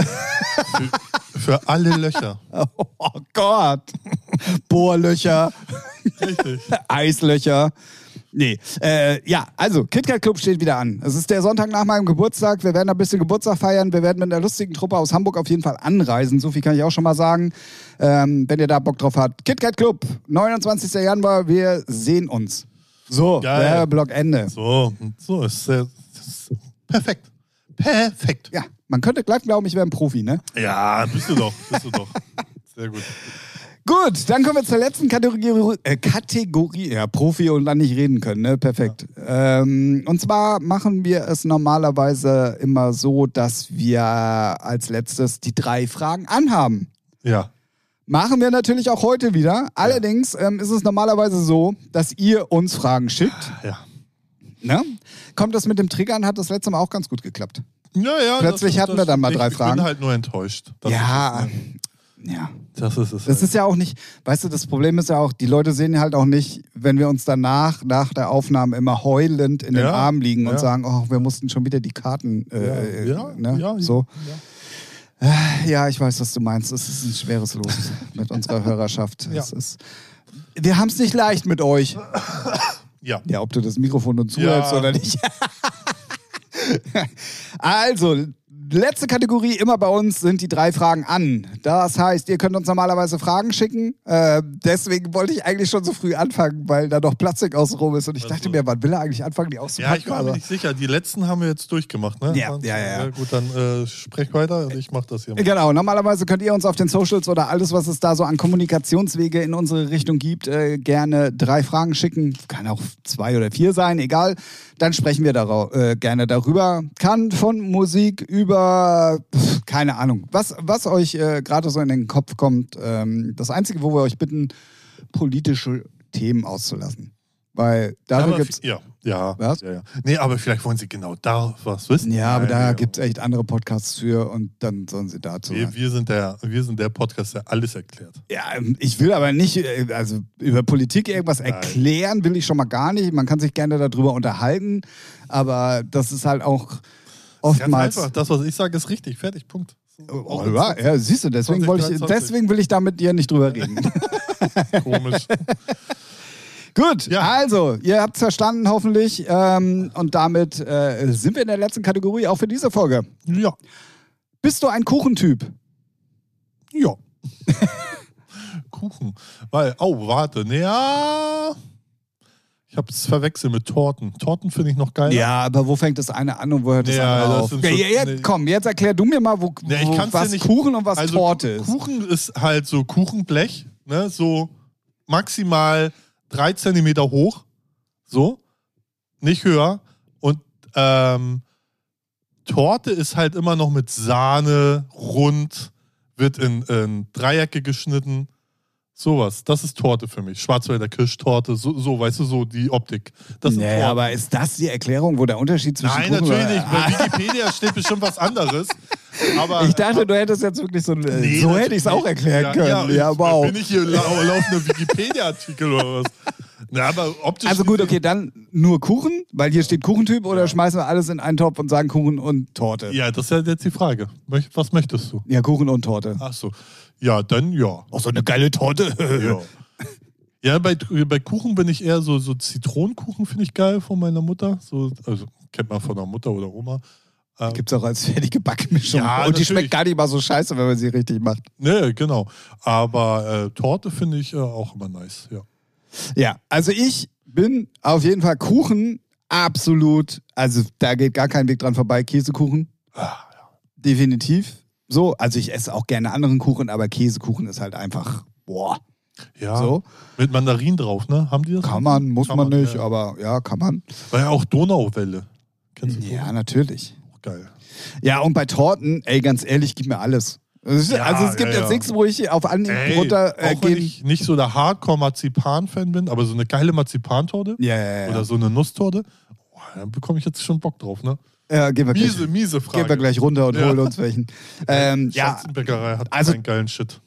Für, für alle Löcher. Oh Gott. Bohrlöcher. Richtig. Eislöcher. Nee, äh, ja, also KitKat Club steht wieder an. Es ist der Sonntag nach meinem Geburtstag. Wir werden ein bisschen Geburtstag feiern. Wir werden mit einer lustigen Truppe aus Hamburg auf jeden Fall anreisen. So viel kann ich auch schon mal sagen. Ähm, wenn ihr da Bock drauf habt. KitKat Club, neunundzwanzigsten Januar. Wir sehen uns. So, Werbeblock Ende. So, so ist sehr perfekt. Perfekt. Ja, man könnte glatt glauben, ich wäre ein Profi, ne? Ja, bist du doch. Bist du doch. Sehr gut. Gut, dann kommen wir zur letzten Kategorie, äh, Kategorie, ja, Profi und dann nicht reden können, ne? Perfekt. Ja. Ähm, und zwar machen wir es normalerweise immer so, dass wir als letztes die drei Fragen anhaben. Ja. Machen wir natürlich auch heute wieder. Allerdings ähm, ist es normalerweise so, dass ihr uns Fragen schickt. Ja. Ne? Kommt das mit dem Triggern, hat das letzte Mal auch ganz gut geklappt. Ja, ja. Plötzlich das, hatten das, wir dann mal drei ich, Fragen. Ich bin halt nur enttäuscht. Das ja, ist es, ne? ja. Das ist es. Das halt. ist ja auch nicht, weißt du, das Problem ist ja auch, die Leute sehen halt auch nicht, wenn wir uns danach, nach der Aufnahme immer heulend in den ja, Armen liegen ja. und sagen, oh, wir mussten schon wieder die Karten, äh, ja, ne? ja, so. Ja. Ja, ich weiß, was du meinst. Es ist ein schweres Los mit unserer Hörerschaft. Ja. Es ist, wir haben es nicht leicht mit euch. Ja. Ja, ob du das Mikrofon nun zuhältst ja. oder nicht. Also, letzte Kategorie immer bei uns sind die drei Fragen an. Das heißt, ihr könnt uns normalerweise Fragen schicken. Äh, deswegen wollte ich eigentlich schon so früh anfangen, weil da noch Plastik außenrum ist. Und ich also. dachte mir, wann will er eigentlich anfangen, die auszupacken? Ja, ich war mir nicht sicher. Die letzten haben wir jetzt durchgemacht, ne? Ja, ja, ja. ja gut, dann äh, sprech weiter und ich mach das hier mal. Genau, normalerweise könnt ihr uns auf den Socials oder alles, was es da so an Kommunikationswege in unsere Richtung gibt, äh, gerne drei Fragen schicken. Kann auch zwei oder vier sein, egal. Dann sprechen wir darau- äh, gerne darüber. Kann von Musik über, pf, keine Ahnung, was, was euch äh, gerade so in den Kopf kommt. Ähm, das Einzige, wo wir euch bitten, politische Themen auszulassen. Weil dafür aber gibt's... Ja, ja, Was? ja, ja. Nee, aber vielleicht wollen sie genau da was wissen. Ja, aber Nein, da ja. gibt's echt andere Podcasts für und dann sollen sie dazu... Wir, wir, sind der, wir sind der Podcast, der alles erklärt. Ja, ich will aber nicht, äh, also über Politik irgendwas Nein. erklären will ich schon mal gar nicht. Man kann sich gerne darüber unterhalten, aber das ist halt auch Ganz oftmals... einfach, das, was ich sage, ist richtig. Fertig, Punkt. Oh, ja, ja, siehst du, deswegen, wollte ich, deswegen will ich da mit dir nicht drüber reden. Komisch. Gut, Ja. also, ihr habt es verstanden hoffentlich ähm, und damit äh, sind wir in der letzten Kategorie auch für diese Folge. Ja. Bist du ein Kuchentyp? Ja. Kuchen. Weil, oh, warte. Nee, ja. Ich Ich habe es verwechselt mit Torten. Torten finde ich noch geil. Ja, aber wo fängt das eine an und wo hört das Ja, andere das auf? sind Ja, so- ja, nee. Komm, jetzt erklär du mir mal, wo, Ja, ich wo, kann's was dir nicht- Kuchen und was Also Torte ist. Kuchen ist halt so Kuchenblech, ne? So maximal drei Zentimeter hoch. So. Nicht höher. Und ähm, Torte ist halt immer noch mit Sahne, rund, wird in, in Dreiecke geschnitten. Sowas. Das ist Torte für mich. Schwarzwälder Kirschtorte, so, so, weißt du, so die Optik. Das sind Nee, Torten. aber ist das die Erklärung, wo der Unterschied zwischen Nein, Kuchen natürlich und... nicht. Bei Wikipedia steht bestimmt was anderes. Aber, Ich dachte, du hättest jetzt wirklich so ein... Nee, so das- hätte ich es auch nee. erklären ja, können. Ja, Ja, ich, wow. Bin ich hier lau laufender Wikipedia-Artikel oder was? Na, aber optisch. Also gut, okay, dann nur Kuchen, weil hier steht Kuchentyp, oder Ja. schmeißen wir alles in einen Topf und sagen Kuchen und Torte? Ja, das ist ja jetzt die Frage. Möcht- Was möchtest du? Ja, Kuchen und Torte. Ach so. Ja, dann ja. Auch so eine geile Torte. Ja, ja bei, bei Kuchen bin ich eher so, so Zitronenkuchen, finde ich geil von meiner Mutter. So, also kennt man von der Mutter oder Oma. Ähm, Gibt's auch als fertige Backmischung. Ja, und die natürlich. schmeckt gar nicht mal so scheiße, wenn man sie richtig macht. ne, genau. Aber äh, Torte finde ich äh, auch immer nice, ja. Ja, also ich bin auf jeden Fall Kuchen absolut, also da geht gar kein Weg dran vorbei. Käsekuchen, Ah, definitiv. So, also ich esse auch gerne anderen Kuchen, aber Käsekuchen ist halt einfach, boah, Ja, so. mit Mandarin drauf, ne? Haben die das? Kann man, muss Kann man nicht, ja. aber ja, kann man. War ja auch Donauwelle. Kennst du Ja, natürlich. Auch geil. Ja, und bei Torten, ey, ganz ehrlich, gib mir alles. Es ist- Ja, also es gibt ja, jetzt ja. nichts, wo ich auf Anhieb Ey, runter äh, auch wenn gehen. ich nicht so der Hardcore-Marzipan-Fan bin, aber so eine geile Marzipantorte Ja, ja, ja. oder so eine Nusstorte, oh, da bekomme ich jetzt schon Bock drauf, ne? ja, gehen wir gleich, Miese, miese Frage. gehen wir gleich runter und Ja. holen uns welchen. Ähm, ja, Schatzenbäckerei hat also- keinen geilen Shit.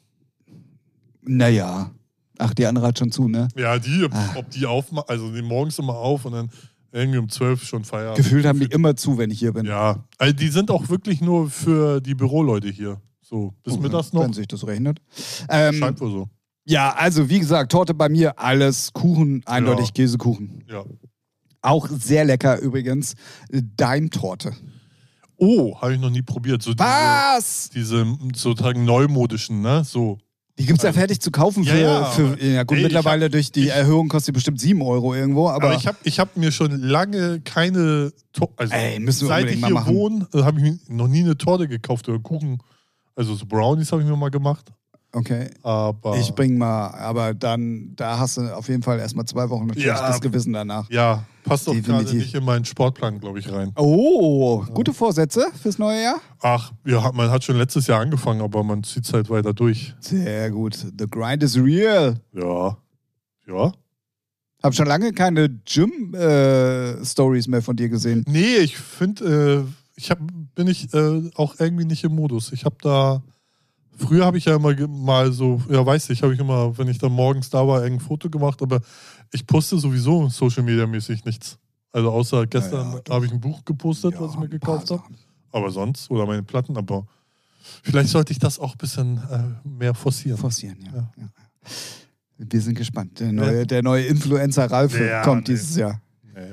naja. Ach, die andere hat schon zu, ne? Ja, die, Ah. ob die aufmachen, also die morgens immer auf und dann irgendwie um zwölf schon Feierabend. Gefühlt haben die immer zu, wenn ich hier bin. Ja, also die sind auch wirklich nur für die Büroleute hier. So, bis Oh, mittags noch. Wenn sich das rechnet. Ähm, Scheint wohl so. ja, also wie gesagt, Torte bei mir, alles. Kuchen, eindeutig Ja. Käsekuchen. Ja. Auch sehr lecker übrigens. Daimtorte. Oh, habe ich noch nie probiert. So diese, Was? diese sozusagen neumodischen, ne? So. Die gibt es ja fertig zu kaufen für, Ja, ja, für aber- ja gut, Ey, mittlerweile ich hab- durch die ich- Erhöhung kostet die bestimmt sieben Euro irgendwo, aber, Aber ich habe ich hab mir schon lange keine Torte. Also Ey, müssen wir seit unbedingt ich mal hier machen. wohne, äh, habe ich mir noch nie eine Torte gekauft oder Kuchen. Also so Brownies habe ich mir mal gemacht. okay. Aber. Ich bring mal, aber dann, da hast du auf jeden Fall erstmal zwei Wochen ein Ja. schlechtes Gewissen danach. Ja, passt doch gerade Definitiv. nicht in meinen Sportplan, glaube ich, rein. Oh, gute Vorsätze fürs neue Jahr? Ach, ja, hat- man hat schon letztes Jahr angefangen, aber man zieht es halt weiter durch. Sehr gut. The grind is real. Ja. Ja. Hab schon lange keine Gym-Stories mehr von dir gesehen. Nee, ich finde, äh, ich hab, bin ich äh, auch irgendwie nicht im Modus. Ich habe da, früher habe ich ja immer ge- mal so, ja weiß ich, habe ich immer, wenn ich dann morgens da war, ein Foto gemacht, aber ich poste sowieso Social Media mäßig nichts. Also außer gestern Ja, ja, doch. habe ich ein Buch gepostet, was ich mir ein gekauft paar habe. Sachen. Aber sonst, oder meine Platten, aber vielleicht sollte ich das auch ein bisschen äh, mehr forcieren. Forcieren, ja. Ja. ja. Wir sind gespannt. Der neue, der neue Influencer Ralf Ja, kommt nee. dieses Jahr. Nee.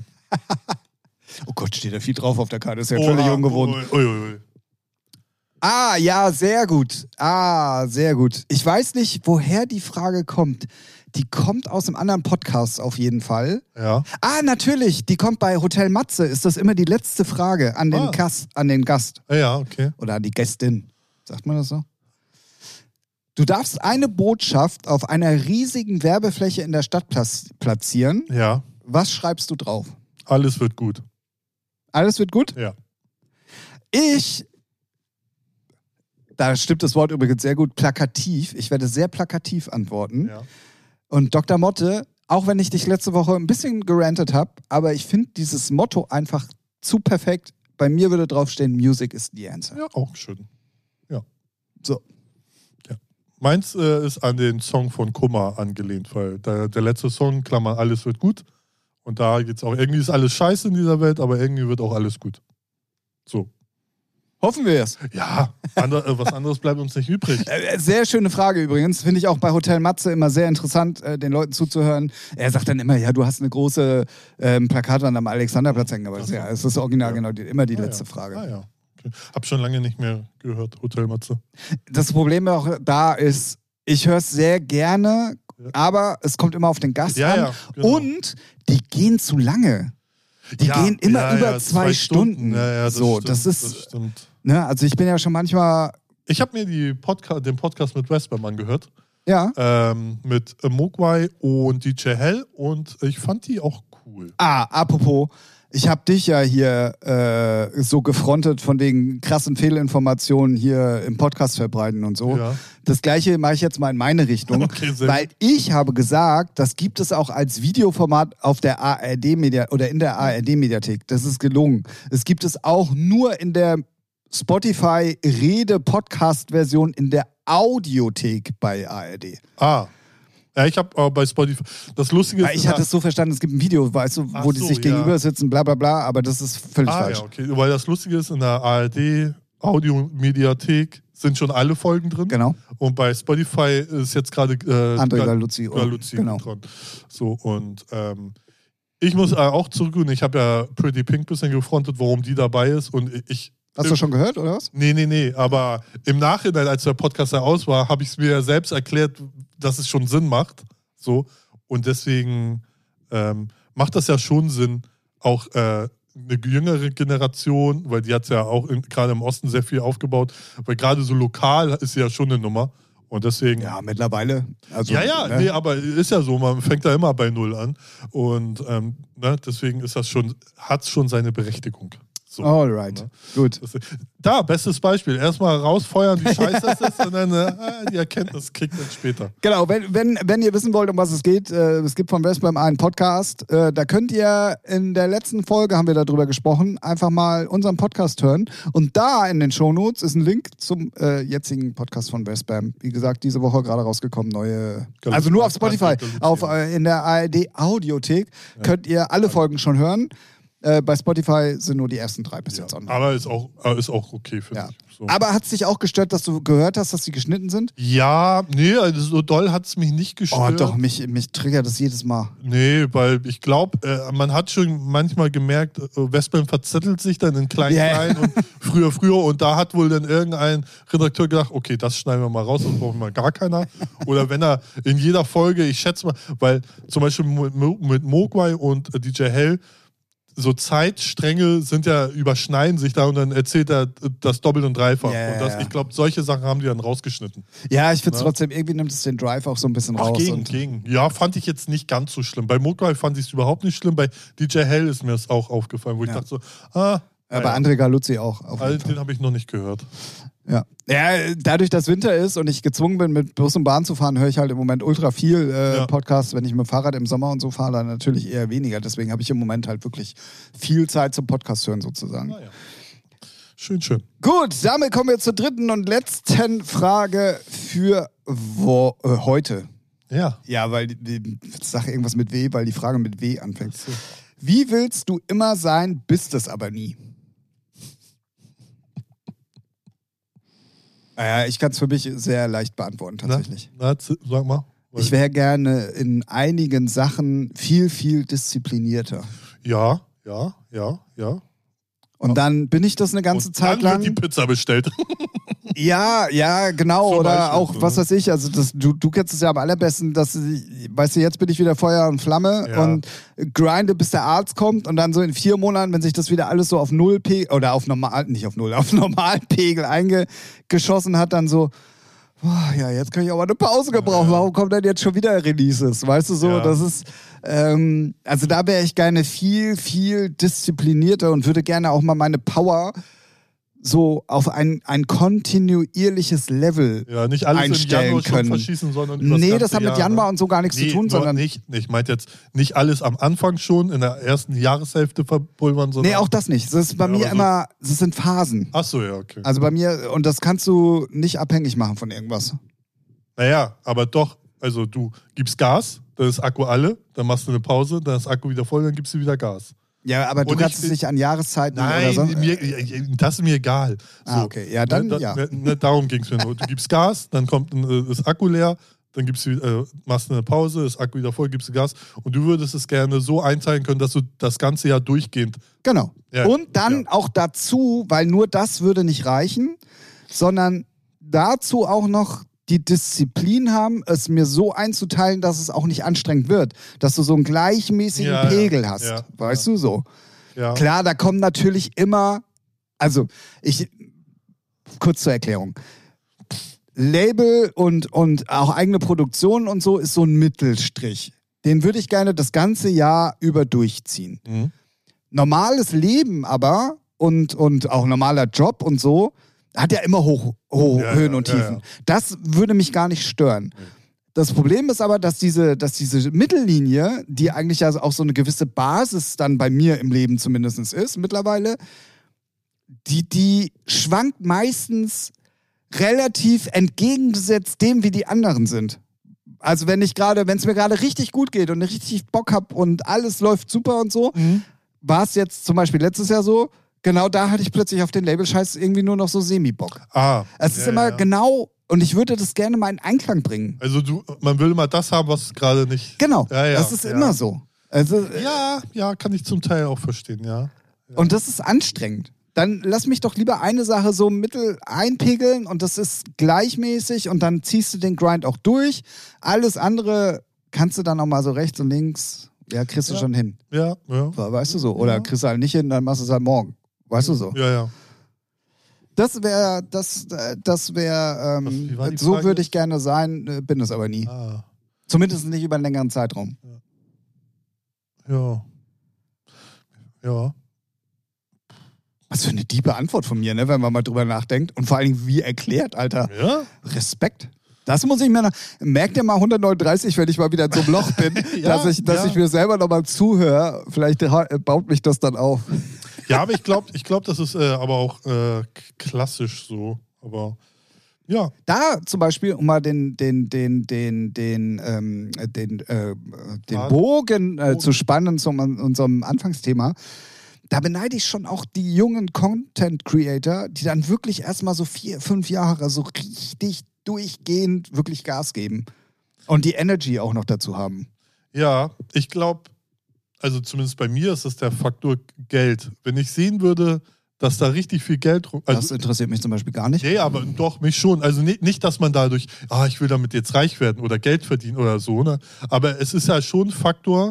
Oh Gott, steht da viel drauf auf der Karte. Ist ja Oha, völlig ungewohnt. ui, ui, ui. Ah, ja, sehr gut. Ah, sehr gut. Ich weiß nicht, woher die Frage kommt. Die kommt aus einem anderen Podcast auf jeden Fall. Ja. Ah, natürlich. Die kommt bei Hotel Matze. Ist das immer die letzte Frage an den, Ah. Gast, an den Gast Ja, ja, okay. oder an die Gästin. Sagt man das so? Du darfst eine Botschaft auf einer riesigen Werbefläche in der Stadt plas- platzieren. Ja, Was schreibst du drauf? alles wird gut. Alles wird gut? Ja. Ich, da stimmt das Wort übrigens sehr gut, plakativ. Ich werde sehr plakativ antworten. Ja. Und Doktor Motte, auch wenn ich dich letzte Woche ein bisschen gerantet habe, aber ich finde dieses Motto einfach zu perfekt. Bei mir würde draufstehen, Music is the answer. Ja, auch schön. Ja. So. Meins äh, ist an den Song von Kummer angelehnt, weil der, der letzte Song, Klammer, alles wird gut. Und da geht's auch, irgendwie ist alles scheiße in dieser Welt, aber irgendwie wird auch alles gut. So. Hoffen wir es. Ja, ander, äh, was anderes bleibt uns nicht übrig. Äh, Sehr schöne Frage übrigens. Finde ich auch bei Hotel Matze immer sehr interessant, äh, den Leuten zuzuhören. Er sagt dann immer, ja, du hast eine große ähm, Plakatwand am Alexanderplatz hängen. Aber Ach so. ja, es ist original Ja. genau die, immer die Ah, letzte ja. Frage. Ah, ja. Okay. Hab schon lange nicht mehr gehört, Hotel Matze. Das Problem auch da ist, ich höre es sehr gerne Ja. Aber es kommt immer auf den Gast Ja, an. ja, genau. Und die gehen zu lange. Die Ja, gehen immer ja, über ja, zwei, zwei Stunden. Stunden. Ja, ja, das so, stimmt, das ist, das stimmt. Ne, also ich bin ja schon manchmal, Ich habe mir die Podca- den Podcast mit Westbam angehört. ja. Ähm, mit äh, Mogwai und D J Hell und ich fand die auch cool. Ah, apropos, ich habe dich ja hier äh, so gefrontet von den krassen Fehlinformationen hier im Podcast verbreiten und so. Ja. Das gleiche mache ich jetzt mal in meine Richtung, Okay, sehr weil ich habe gesagt, das gibt es auch als Videoformat auf der A R D-Media oder in der A R D-Mediathek. Das ist gelungen. Es gibt es auch nur in der Spotify-Rede-Podcast-Version in der Audiothek bei A R D. Ah. Ja, ich habe äh, bei Spotify. Das Lustige ist. Weil ich hatte es so verstanden, es gibt ein Video, weißt du, wo Ach die so, sich ja. gegenüber sitzen, bla bla bla, aber das ist völlig Ah, falsch. ja, okay. Weil das Lustige ist, in der A R D Audio-Mediathek sind schon alle Folgen drin. Genau. Und bei Spotify ist jetzt gerade äh, André Gal- Galuzzi. Galuzzi Genau. dran. So, und ähm, ich muss äh, auch zurück und ich habe ja Pretty Pink ein bisschen gefrontet, warum die dabei ist. Und ich. Hast du schon gehört, oder was? Nee, nee, nee. Aber im Nachhinein, als der Podcast da aus war, habe ich es mir ja selbst erklärt, dass es schon Sinn macht. So. Und deswegen ähm, macht das ja schon Sinn, auch äh, eine jüngere Generation, weil die hat es ja auch in- gerade im Osten sehr viel aufgebaut, weil gerade so lokal ist sie ja schon eine Nummer. Und deswegen. Ja, mittlerweile. Also, Ja, ja, ne? nee, aber ist ja so, man fängt da immer bei Null an. Und ähm, ne, deswegen ist das schon, hat es schon seine Berechtigung. So, Alright, ne? gut. Das- Da, bestes Beispiel. Erstmal rausfeuern, wie scheiße das ist, und dann äh, die Erkenntnis kriegt man später. Genau, wenn, wenn, wenn ihr wissen wollt, um was es geht, äh, es gibt von Westbam einen Podcast. Äh, da könnt ihr in der letzten Folge, haben wir darüber gesprochen, einfach mal unseren Podcast hören. Und da in den Shownotes ist ein Link zum äh, jetzigen Podcast von Westbam. Wie gesagt, diese Woche gerade rausgekommen, neue. Galuzzi. Also nur auf Spotify. Galuzzi. Auf, äh, in der A R D Audiothek könnt ihr alle Folgen schon hören. Äh, bei Spotify sind nur die ersten drei bis jetzt online. Aber ist auch, äh, ist auch okay, finde Ja. ich. So. Aber hat es dich auch gestört, dass du gehört hast, dass die geschnitten sind? Ja, nee, also so doll hat es mich nicht Oh, gestört. doch, mich, mich triggert das jedes Mal. Nee, weil ich glaube, äh, man hat schon manchmal gemerkt, äh, Westbam verzettelt sich dann in klein, Ja, ja. klein und früher, früher. Und da hat wohl dann irgendein Redakteur gedacht, okay, das schneiden wir mal raus, das brauchen wir gar keiner. Oder wenn er in jeder Folge, ich schätze mal, weil zum Beispiel mit, mit Mogwai und äh, D J Hell, so Zeitstränge sind ja, überschneiden sich da und dann erzählt er das doppelt und dreifach. Ja, ja, und das, ja. ich glaube, solche Sachen haben die dann rausgeschnitten. Ja, ich finde es Ja. trotzdem, irgendwie nimmt es den Drive auch so ein bisschen Ach, raus. gegen, und gegen. Ja, fand ich jetzt nicht ganz so schlimm. Bei Mogwai fand ich es überhaupt nicht schlimm. Bei D J Hell ist mir das auch aufgefallen, wo ich Ja. dachte so, ah, äh, bei naja. André Galuzzi auch. Auf jeden Also, Fall. den habe ich noch nicht gehört. Ja. ja, dadurch, dass Winter ist und ich gezwungen bin, mit Bus und Bahn zu fahren, höre ich halt im Moment ultra viel äh, Ja. Podcasts. Wenn ich mit dem Fahrrad im Sommer und so fahre, dann natürlich eher weniger. Deswegen habe ich im Moment halt wirklich viel Zeit zum Podcast hören sozusagen. Naja. Schön, schön. Gut, damit kommen wir zur dritten und letzten Frage für wo, äh, heute. Ja. Ja, weil die, die sag irgendwas mit W, weil die Frage mit W anfängt. Wie willst du immer sein, bist es aber nie? Naja, ich kann es für mich sehr leicht beantworten, tatsächlich. Na, na, z- sag mal. Ich wäre gerne in einigen Sachen viel, viel disziplinierter. Ja, ja, ja, ja. Und dann bin ich das eine ganze Und Zeit dann lang. wird die Pizza bestellt. Ja, ja, genau. Zum Oder Beispiel, auch, ne? was weiß ich, also das, du, du kennst es ja am allerbesten, dass, weißt du, jetzt bin ich wieder Feuer und Flamme Ja. und grinde, bis der Arzt kommt und dann so in vier Monaten, wenn sich das wieder alles so auf Null Pegel, oder auf normal, nicht auf Null, auf Normalpegel eingeschossen hat, dann so, boah, ja, jetzt kann ich aber eine Pause gebrauchen. Warum kommen denn jetzt schon wieder Releases? Weißt du so, Ja. das ist, ähm, also da wäre ich gerne viel, viel disziplinierter und würde gerne auch mal meine Power so auf ein, ein kontinuierliches Level Ja, nicht alles im einstellen Januar schon können. verschießen, sondern übers Nee, ganze das hat mit Jahr, Januar ne? und so gar nichts Nee, zu tun, nur sondern. nicht, ich meinte jetzt nicht alles am Anfang schon, in der ersten Jahreshälfte verpulvern, sondern... Nee, auch das nicht. Das ist bei Ja, mir aber so- immer, das sind Phasen. Ach so, ja, okay. Also bei mir, und das kannst du nicht abhängig machen von irgendwas. Naja, aber doch, also du gibst Gas, dann ist Akku alle, dann machst du eine Pause, dann ist Akku wieder voll, dann gibst du wieder Gas. Ja, aber du Und kannst ich- es nicht an Jahreszeiten oder Nein, so. mir, das ist mir egal. So, Ah, okay. Ja, dann ne, da, ja. Ne, ne, darum ging es mir nur. Du gibst Gas, dann kommt äh, das Akku leer, dann gibst du, äh, machst du eine Pause, das Akku wieder voll, gibst du Gas. Und du würdest es gerne so einteilen können, dass du das ganze Jahr durchgehend... Genau. Ja, Und dann ja. auch dazu, weil nur das würde nicht reichen, sondern dazu auch noch die Disziplin haben, es mir so einzuteilen, dass es auch nicht anstrengend wird. Dass du so einen gleichmäßigen Ja, Pegel ja, hast. ja, weißt ja. du so? Ja. Klar, da kommen natürlich immer, also ich, kurz zur Erklärung. Label und, und auch eigene Produktion und so ist so ein Mittelstrich. Den würde ich gerne das ganze Jahr über durchziehen. Mhm. Normales Leben aber und, und auch normaler Job und so hat ja immer Hoch, Hoch, Ja, Höhen ja, und ja, Tiefen. ja. Das würde mich gar nicht stören. Nee. Das Problem ist aber, dass diese, dass diese Mittellinie, die eigentlich ja auch so eine gewisse Basis dann bei mir im Leben zumindest ist mittlerweile, die, die schwankt meistens relativ entgegengesetzt dem, wie die anderen sind. Also wenn ich gerade, wenn es mir gerade richtig gut geht und ich richtig Bock habe und alles läuft super und so, Mhm. war es jetzt zum Beispiel letztes Jahr so, genau da hatte ich plötzlich auf den Label-Scheiß irgendwie nur noch so Semi-Bock. Ah, Es ist ja, immer ja. genau, und ich würde das gerne mal in Einklang bringen. Also du, man will immer das haben, was gerade nicht... Genau, Ja, ja, das ist ja. immer so. Also, Ja, ja, kann ich zum Teil auch verstehen, ja. Und das ist anstrengend. Dann lass mich doch lieber eine Sache so mittel einpegeln und das ist gleichmäßig und dann ziehst du den Grind auch durch. Alles andere kannst du dann auch mal so rechts und links, ja, kriegst du Ja. schon hin. Ja, ja. Weißt du so? Oder Ja. kriegst du halt nicht hin, dann machst du es halt morgen. Weißt du so? Ja, ja. Das wäre, das, äh, das wäre, Was- ähm, wie war die so Frage? würde ich gerne sein, äh, bin es aber nie. Ah, Zumindest nicht über einen längeren Zeitraum. ja. Ja. Was für eine diebe Antwort von mir, ne, wenn man mal drüber nachdenkt. Und vor allen Dingen, wie erklärt, Alter. Ja? Respekt. Das muss ich mir noch. Merkt ihr mal hundertneununddreißig, wenn ich mal wieder in so einem Loch bin, Ja, dass, ich, dass ja. ich mir selber nochmal zuhöre. Vielleicht baut mich das dann auf. Ja, aber ich glaube, ich glaub, das ist äh, aber auch äh, k- klassisch so. Aber ja. Da zum Beispiel, um mal den, den, den, den, den, ähm, den, äh, den Faden. Bogen, äh, Bogen. zu spannen zu unserem Anfangsthema, da beneide ich schon auch die jungen Content-Creator, die dann wirklich erstmal so vier, fünf Jahre so richtig durchgehend wirklich Gas geben. Und die Energy auch noch dazu haben. Ja, ich glaube, also zumindest bei mir ist es der Faktor Geld. Wenn ich sehen würde, dass da richtig viel Geld rum. Das Also, interessiert mich zum Beispiel gar nicht. nee, aber doch, mich schon. Also nicht, nicht, dass man dadurch, ah, ich will damit jetzt reich werden oder Geld verdienen oder so, ne? Aber es ist ja schon ein Faktor,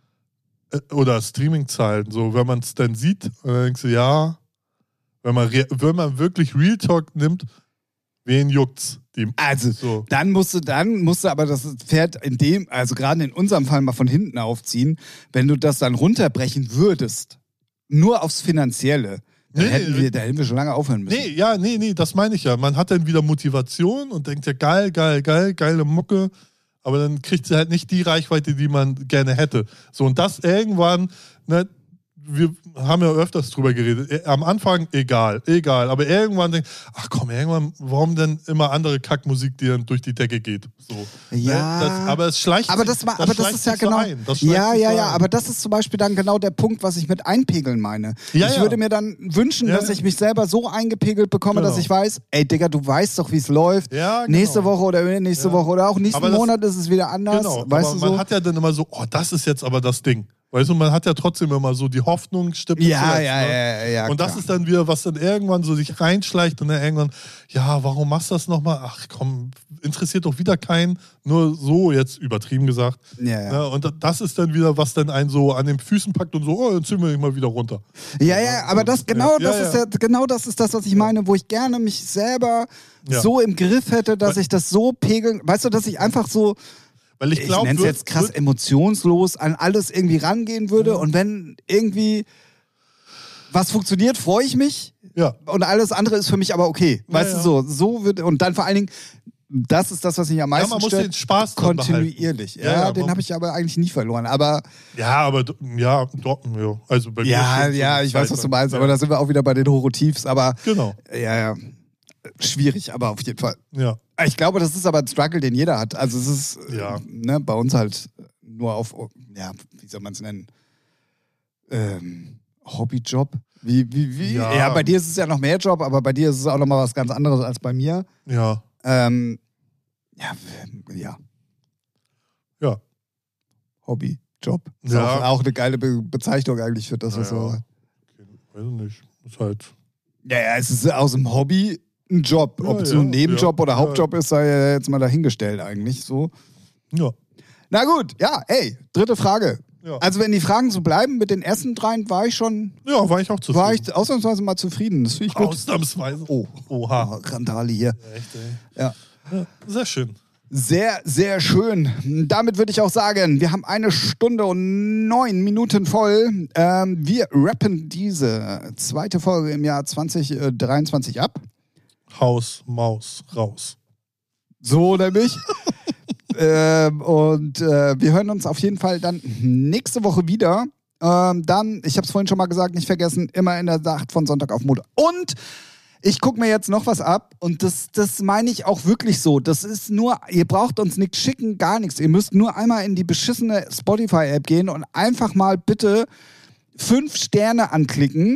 äh, oder Streaming-Zahlen, so, wenn man es dann sieht, dann denkst du, ja, wenn man, re- wenn man wirklich Real Talk nimmt, wen juckt's? Die, Also, so. dann musst du, dann musst du aber das Pferd in dem, also gerade in unserem Fall mal von hinten aufziehen, wenn du das dann runterbrechen würdest, nur aufs Finanzielle, dann Nee, hätten nee. wir, da hätten wir schon lange aufhören müssen. Nee, ja, nee, nee, das meine ich ja. Man hat dann wieder Motivation und denkt ja, geil, geil, geil, geile Mucke, aber dann kriegt sie halt nicht die Reichweite, die man gerne hätte. So, und das irgendwann, ne, wir haben ja öfters drüber geredet. Am Anfang egal, egal, aber irgendwann denkt, ach komm, irgendwann, warum denn immer andere Kackmusik, die dann durch die Decke geht? So, Ja. ne? Das, aber es schleicht Aber sich- das, war, aber das schleicht ist ja sich so genau. ein. Das schleicht Ja, sich ja, so ja. ein. Aber das ist zum Beispiel dann genau der Punkt, was ich mit einpegeln meine. Ja, ich ja. würde mir dann wünschen, Ja, dass ja. ich mich selber so eingepegelt bekomme, Genau. dass ich weiß, ey Digga, du weißt doch, wie es läuft. Ja, genau. Nächste Woche oder nächste Ja. Woche oder auch nächsten Aber das- Monat ist es wieder anders. Genau, weißt aber du man so? hat ja dann immer so, oh, das ist jetzt aber das Ding. Weißt du, man hat ja trotzdem immer so die Hoffnung, stimmt ja, zuletzt, ja, ne? ja, ja. Und das klar. ist dann wieder, was dann irgendwann so sich reinschleicht und dann irgendwann, ja, warum machst du das nochmal? Ach komm, interessiert doch wieder keinen. Nur so jetzt übertrieben gesagt. Ja, ja. Ne? Und das ist dann wieder, was dann einen so an den Füßen packt und so, oh, dann ziehen wir dich mal wieder runter. Ja, ja, aber das genau, Ja, das ja. ist ja, genau das ist das, was ich meine, wo ich gerne mich selber Ja. so im Griff hätte, dass Weil- ich das so pegeln, weißt du, dass ich einfach so, Weil ich ich, glaube, nenne es jetzt krass emotionslos an alles irgendwie rangehen würde und wenn irgendwie was funktioniert, freue ich mich ja, und alles andere ist für mich aber okay, Ja, weißt ja. du so, so wird und dann vor allen Dingen, das ist das, was mich am ja, meisten man muss stört. den Spaß dann Kontinuierlich. behalten. Ja, Ja, ja, den man- habe ich aber eigentlich nie verloren. Aber Ja, aber d- ja, doch, ja. Also bei mir ja, schon so ja, eine ich weiß, Zeit was du lang. meinst, Ja. aber da sind wir auch wieder bei den Horotiefs. Aber Genau, ja, ja, schwierig, aber auf jeden Fall. ja. Ich glaube, das ist aber ein Struggle, den jeder hat. Also es ist Ja. äh, ne, bei uns halt nur auf, ja, wie soll man es nennen? Ähm, Hobbyjob? Wie, wie, wie? Ja. Ja. bei dir ist es ja noch mehr Job, aber bei dir ist es auch nochmal was ganz anderes als bei mir. Ja, Ähm, ja, ja, ja. Hobby, Job. Ist Ja. auch, auch eine geile Be Bezeichnung eigentlich für das, was Ja, so. ja. Okay, weiß ich nicht. Ist halt. Ja, ja, es ist aus dem Hobby ein Job. Ob Ja, es nun ein ja, Nebenjob ja, oder Hauptjob ja. ist, sei ja jetzt mal dahingestellt eigentlich so. Ja. Na gut, ja, ey, dritte Frage. Ja. Also wenn die Fragen so bleiben, mit den ersten dreien war ich schon, Ja, war ich auch zufrieden. war ich ausnahmsweise mal zufrieden. Das finde ich gut. Ausnahmsweise. Oh, Oha. Randale hier. Echt, ey. Ja. Ja, sehr schön. Sehr, sehr schön. Damit würde ich auch sagen, wir haben eine Stunde und neun Minuten voll. Ähm, wir rappen diese zweite Folge im Jahr zwanzig dreiundzwanzig ab. Haus, Maus, raus. So nämlich. ähm, und äh, wir hören uns auf jeden Fall dann nächste Woche wieder. Ähm, dann, ich habe es vorhin schon mal gesagt, nicht vergessen, immer in der Nacht von Sonntag auf Montag. Und ich gucke mir jetzt noch was ab und das, das meine ich auch wirklich so. Das ist nur, ihr braucht uns nichts schicken, gar nichts. Ihr müsst nur einmal in die beschissene Spotify-App gehen und einfach mal bitte fünf Sterne anklicken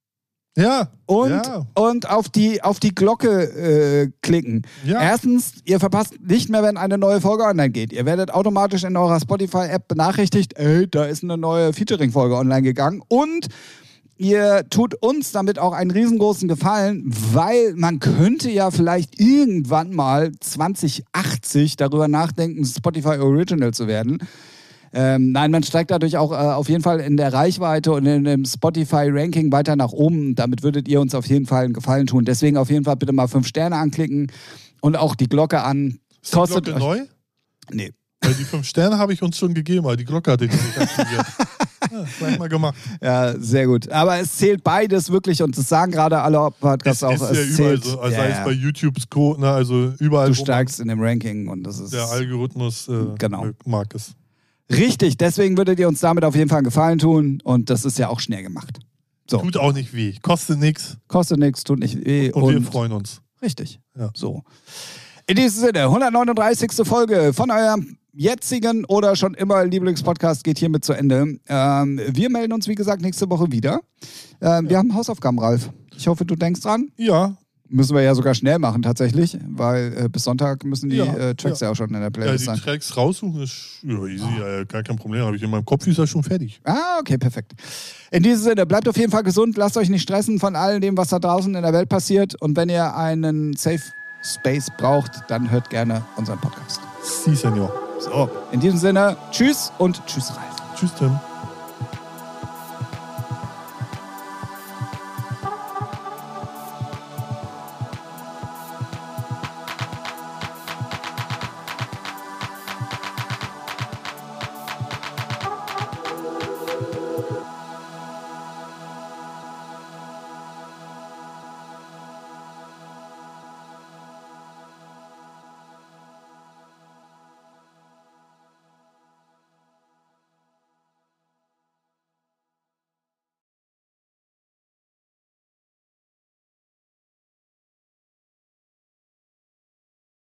Ja. und, ja. und auf die, auf die Glocke äh, klicken. Ja. Erstens, ihr verpasst nicht mehr, wenn eine neue Folge online geht. Ihr werdet automatisch in eurer Spotify-App benachrichtigt, ey, da ist eine neue Featuring-Folge online gegangen. Und ihr tut uns damit auch einen riesengroßen Gefallen, weil man könnte ja vielleicht irgendwann mal zwanzig achtzig darüber nachdenken, Spotify Original zu werden. Ähm, nein, man steigt dadurch auch äh, auf jeden Fall in der Reichweite und in dem Spotify-Ranking weiter nach oben. Damit würdet ihr uns auf jeden Fall einen Gefallen tun. Deswegen auf jeden Fall bitte mal fünf Sterne anklicken und auch die Glocke an. Ist die Glocke euch- neu? Nee. Weil die fünf Sterne habe ich uns schon gegeben, aber die Glocke hatte ich noch nicht aktiviert. Ja, gleich mal gemacht. Ja, sehr gut. Aber es zählt beides wirklich und das sagen gerade alle Podcasts Es auch. ist ja es überall zählt, so, also ja, sei ja. es bei YouTube, Co, ne, also überall, Du wo man steigst in dem Ranking und das ist der Algorithmus äh, Genau. mag es. richtig. Deswegen würdet ihr uns damit auf jeden Fall einen Gefallen tun und das ist ja auch schnell gemacht. So, Tut auch nicht weh, kostet nichts kostet nichts, tut nicht weh und, und, wir freuen uns. richtig. Ja. So. In diesem Sinne, hundertneununddreißigste Folge von eurem jetzigen oder schon immer Lieblingspodcast geht hiermit zu Ende. Ähm, wir melden uns, wie gesagt, nächste Woche wieder. Ähm, ja. Wir haben Hausaufgaben, Ralf. Ich hoffe, du denkst dran. Ja, Müssen wir ja sogar schnell machen, tatsächlich, weil äh, bis Sonntag müssen die Ja, äh, Tracks ja. ja. auch schon in der ja Playlist die sein. Tracks raussuchen ist ja, easy, ja, gar kein Problem. Habe ich in meinem Kopf, ist ja schon fertig. Ah, okay, perfekt. In diesem Sinne, bleibt auf jeden Fall gesund, lasst euch nicht stressen von all dem, was da draußen in der Welt passiert. Und wenn ihr einen Safe Space braucht, dann hört gerne unseren Podcast. Si, Senor. So, in diesem Sinne, tschüss und tschüss, Ralf. Tschüss, Tim.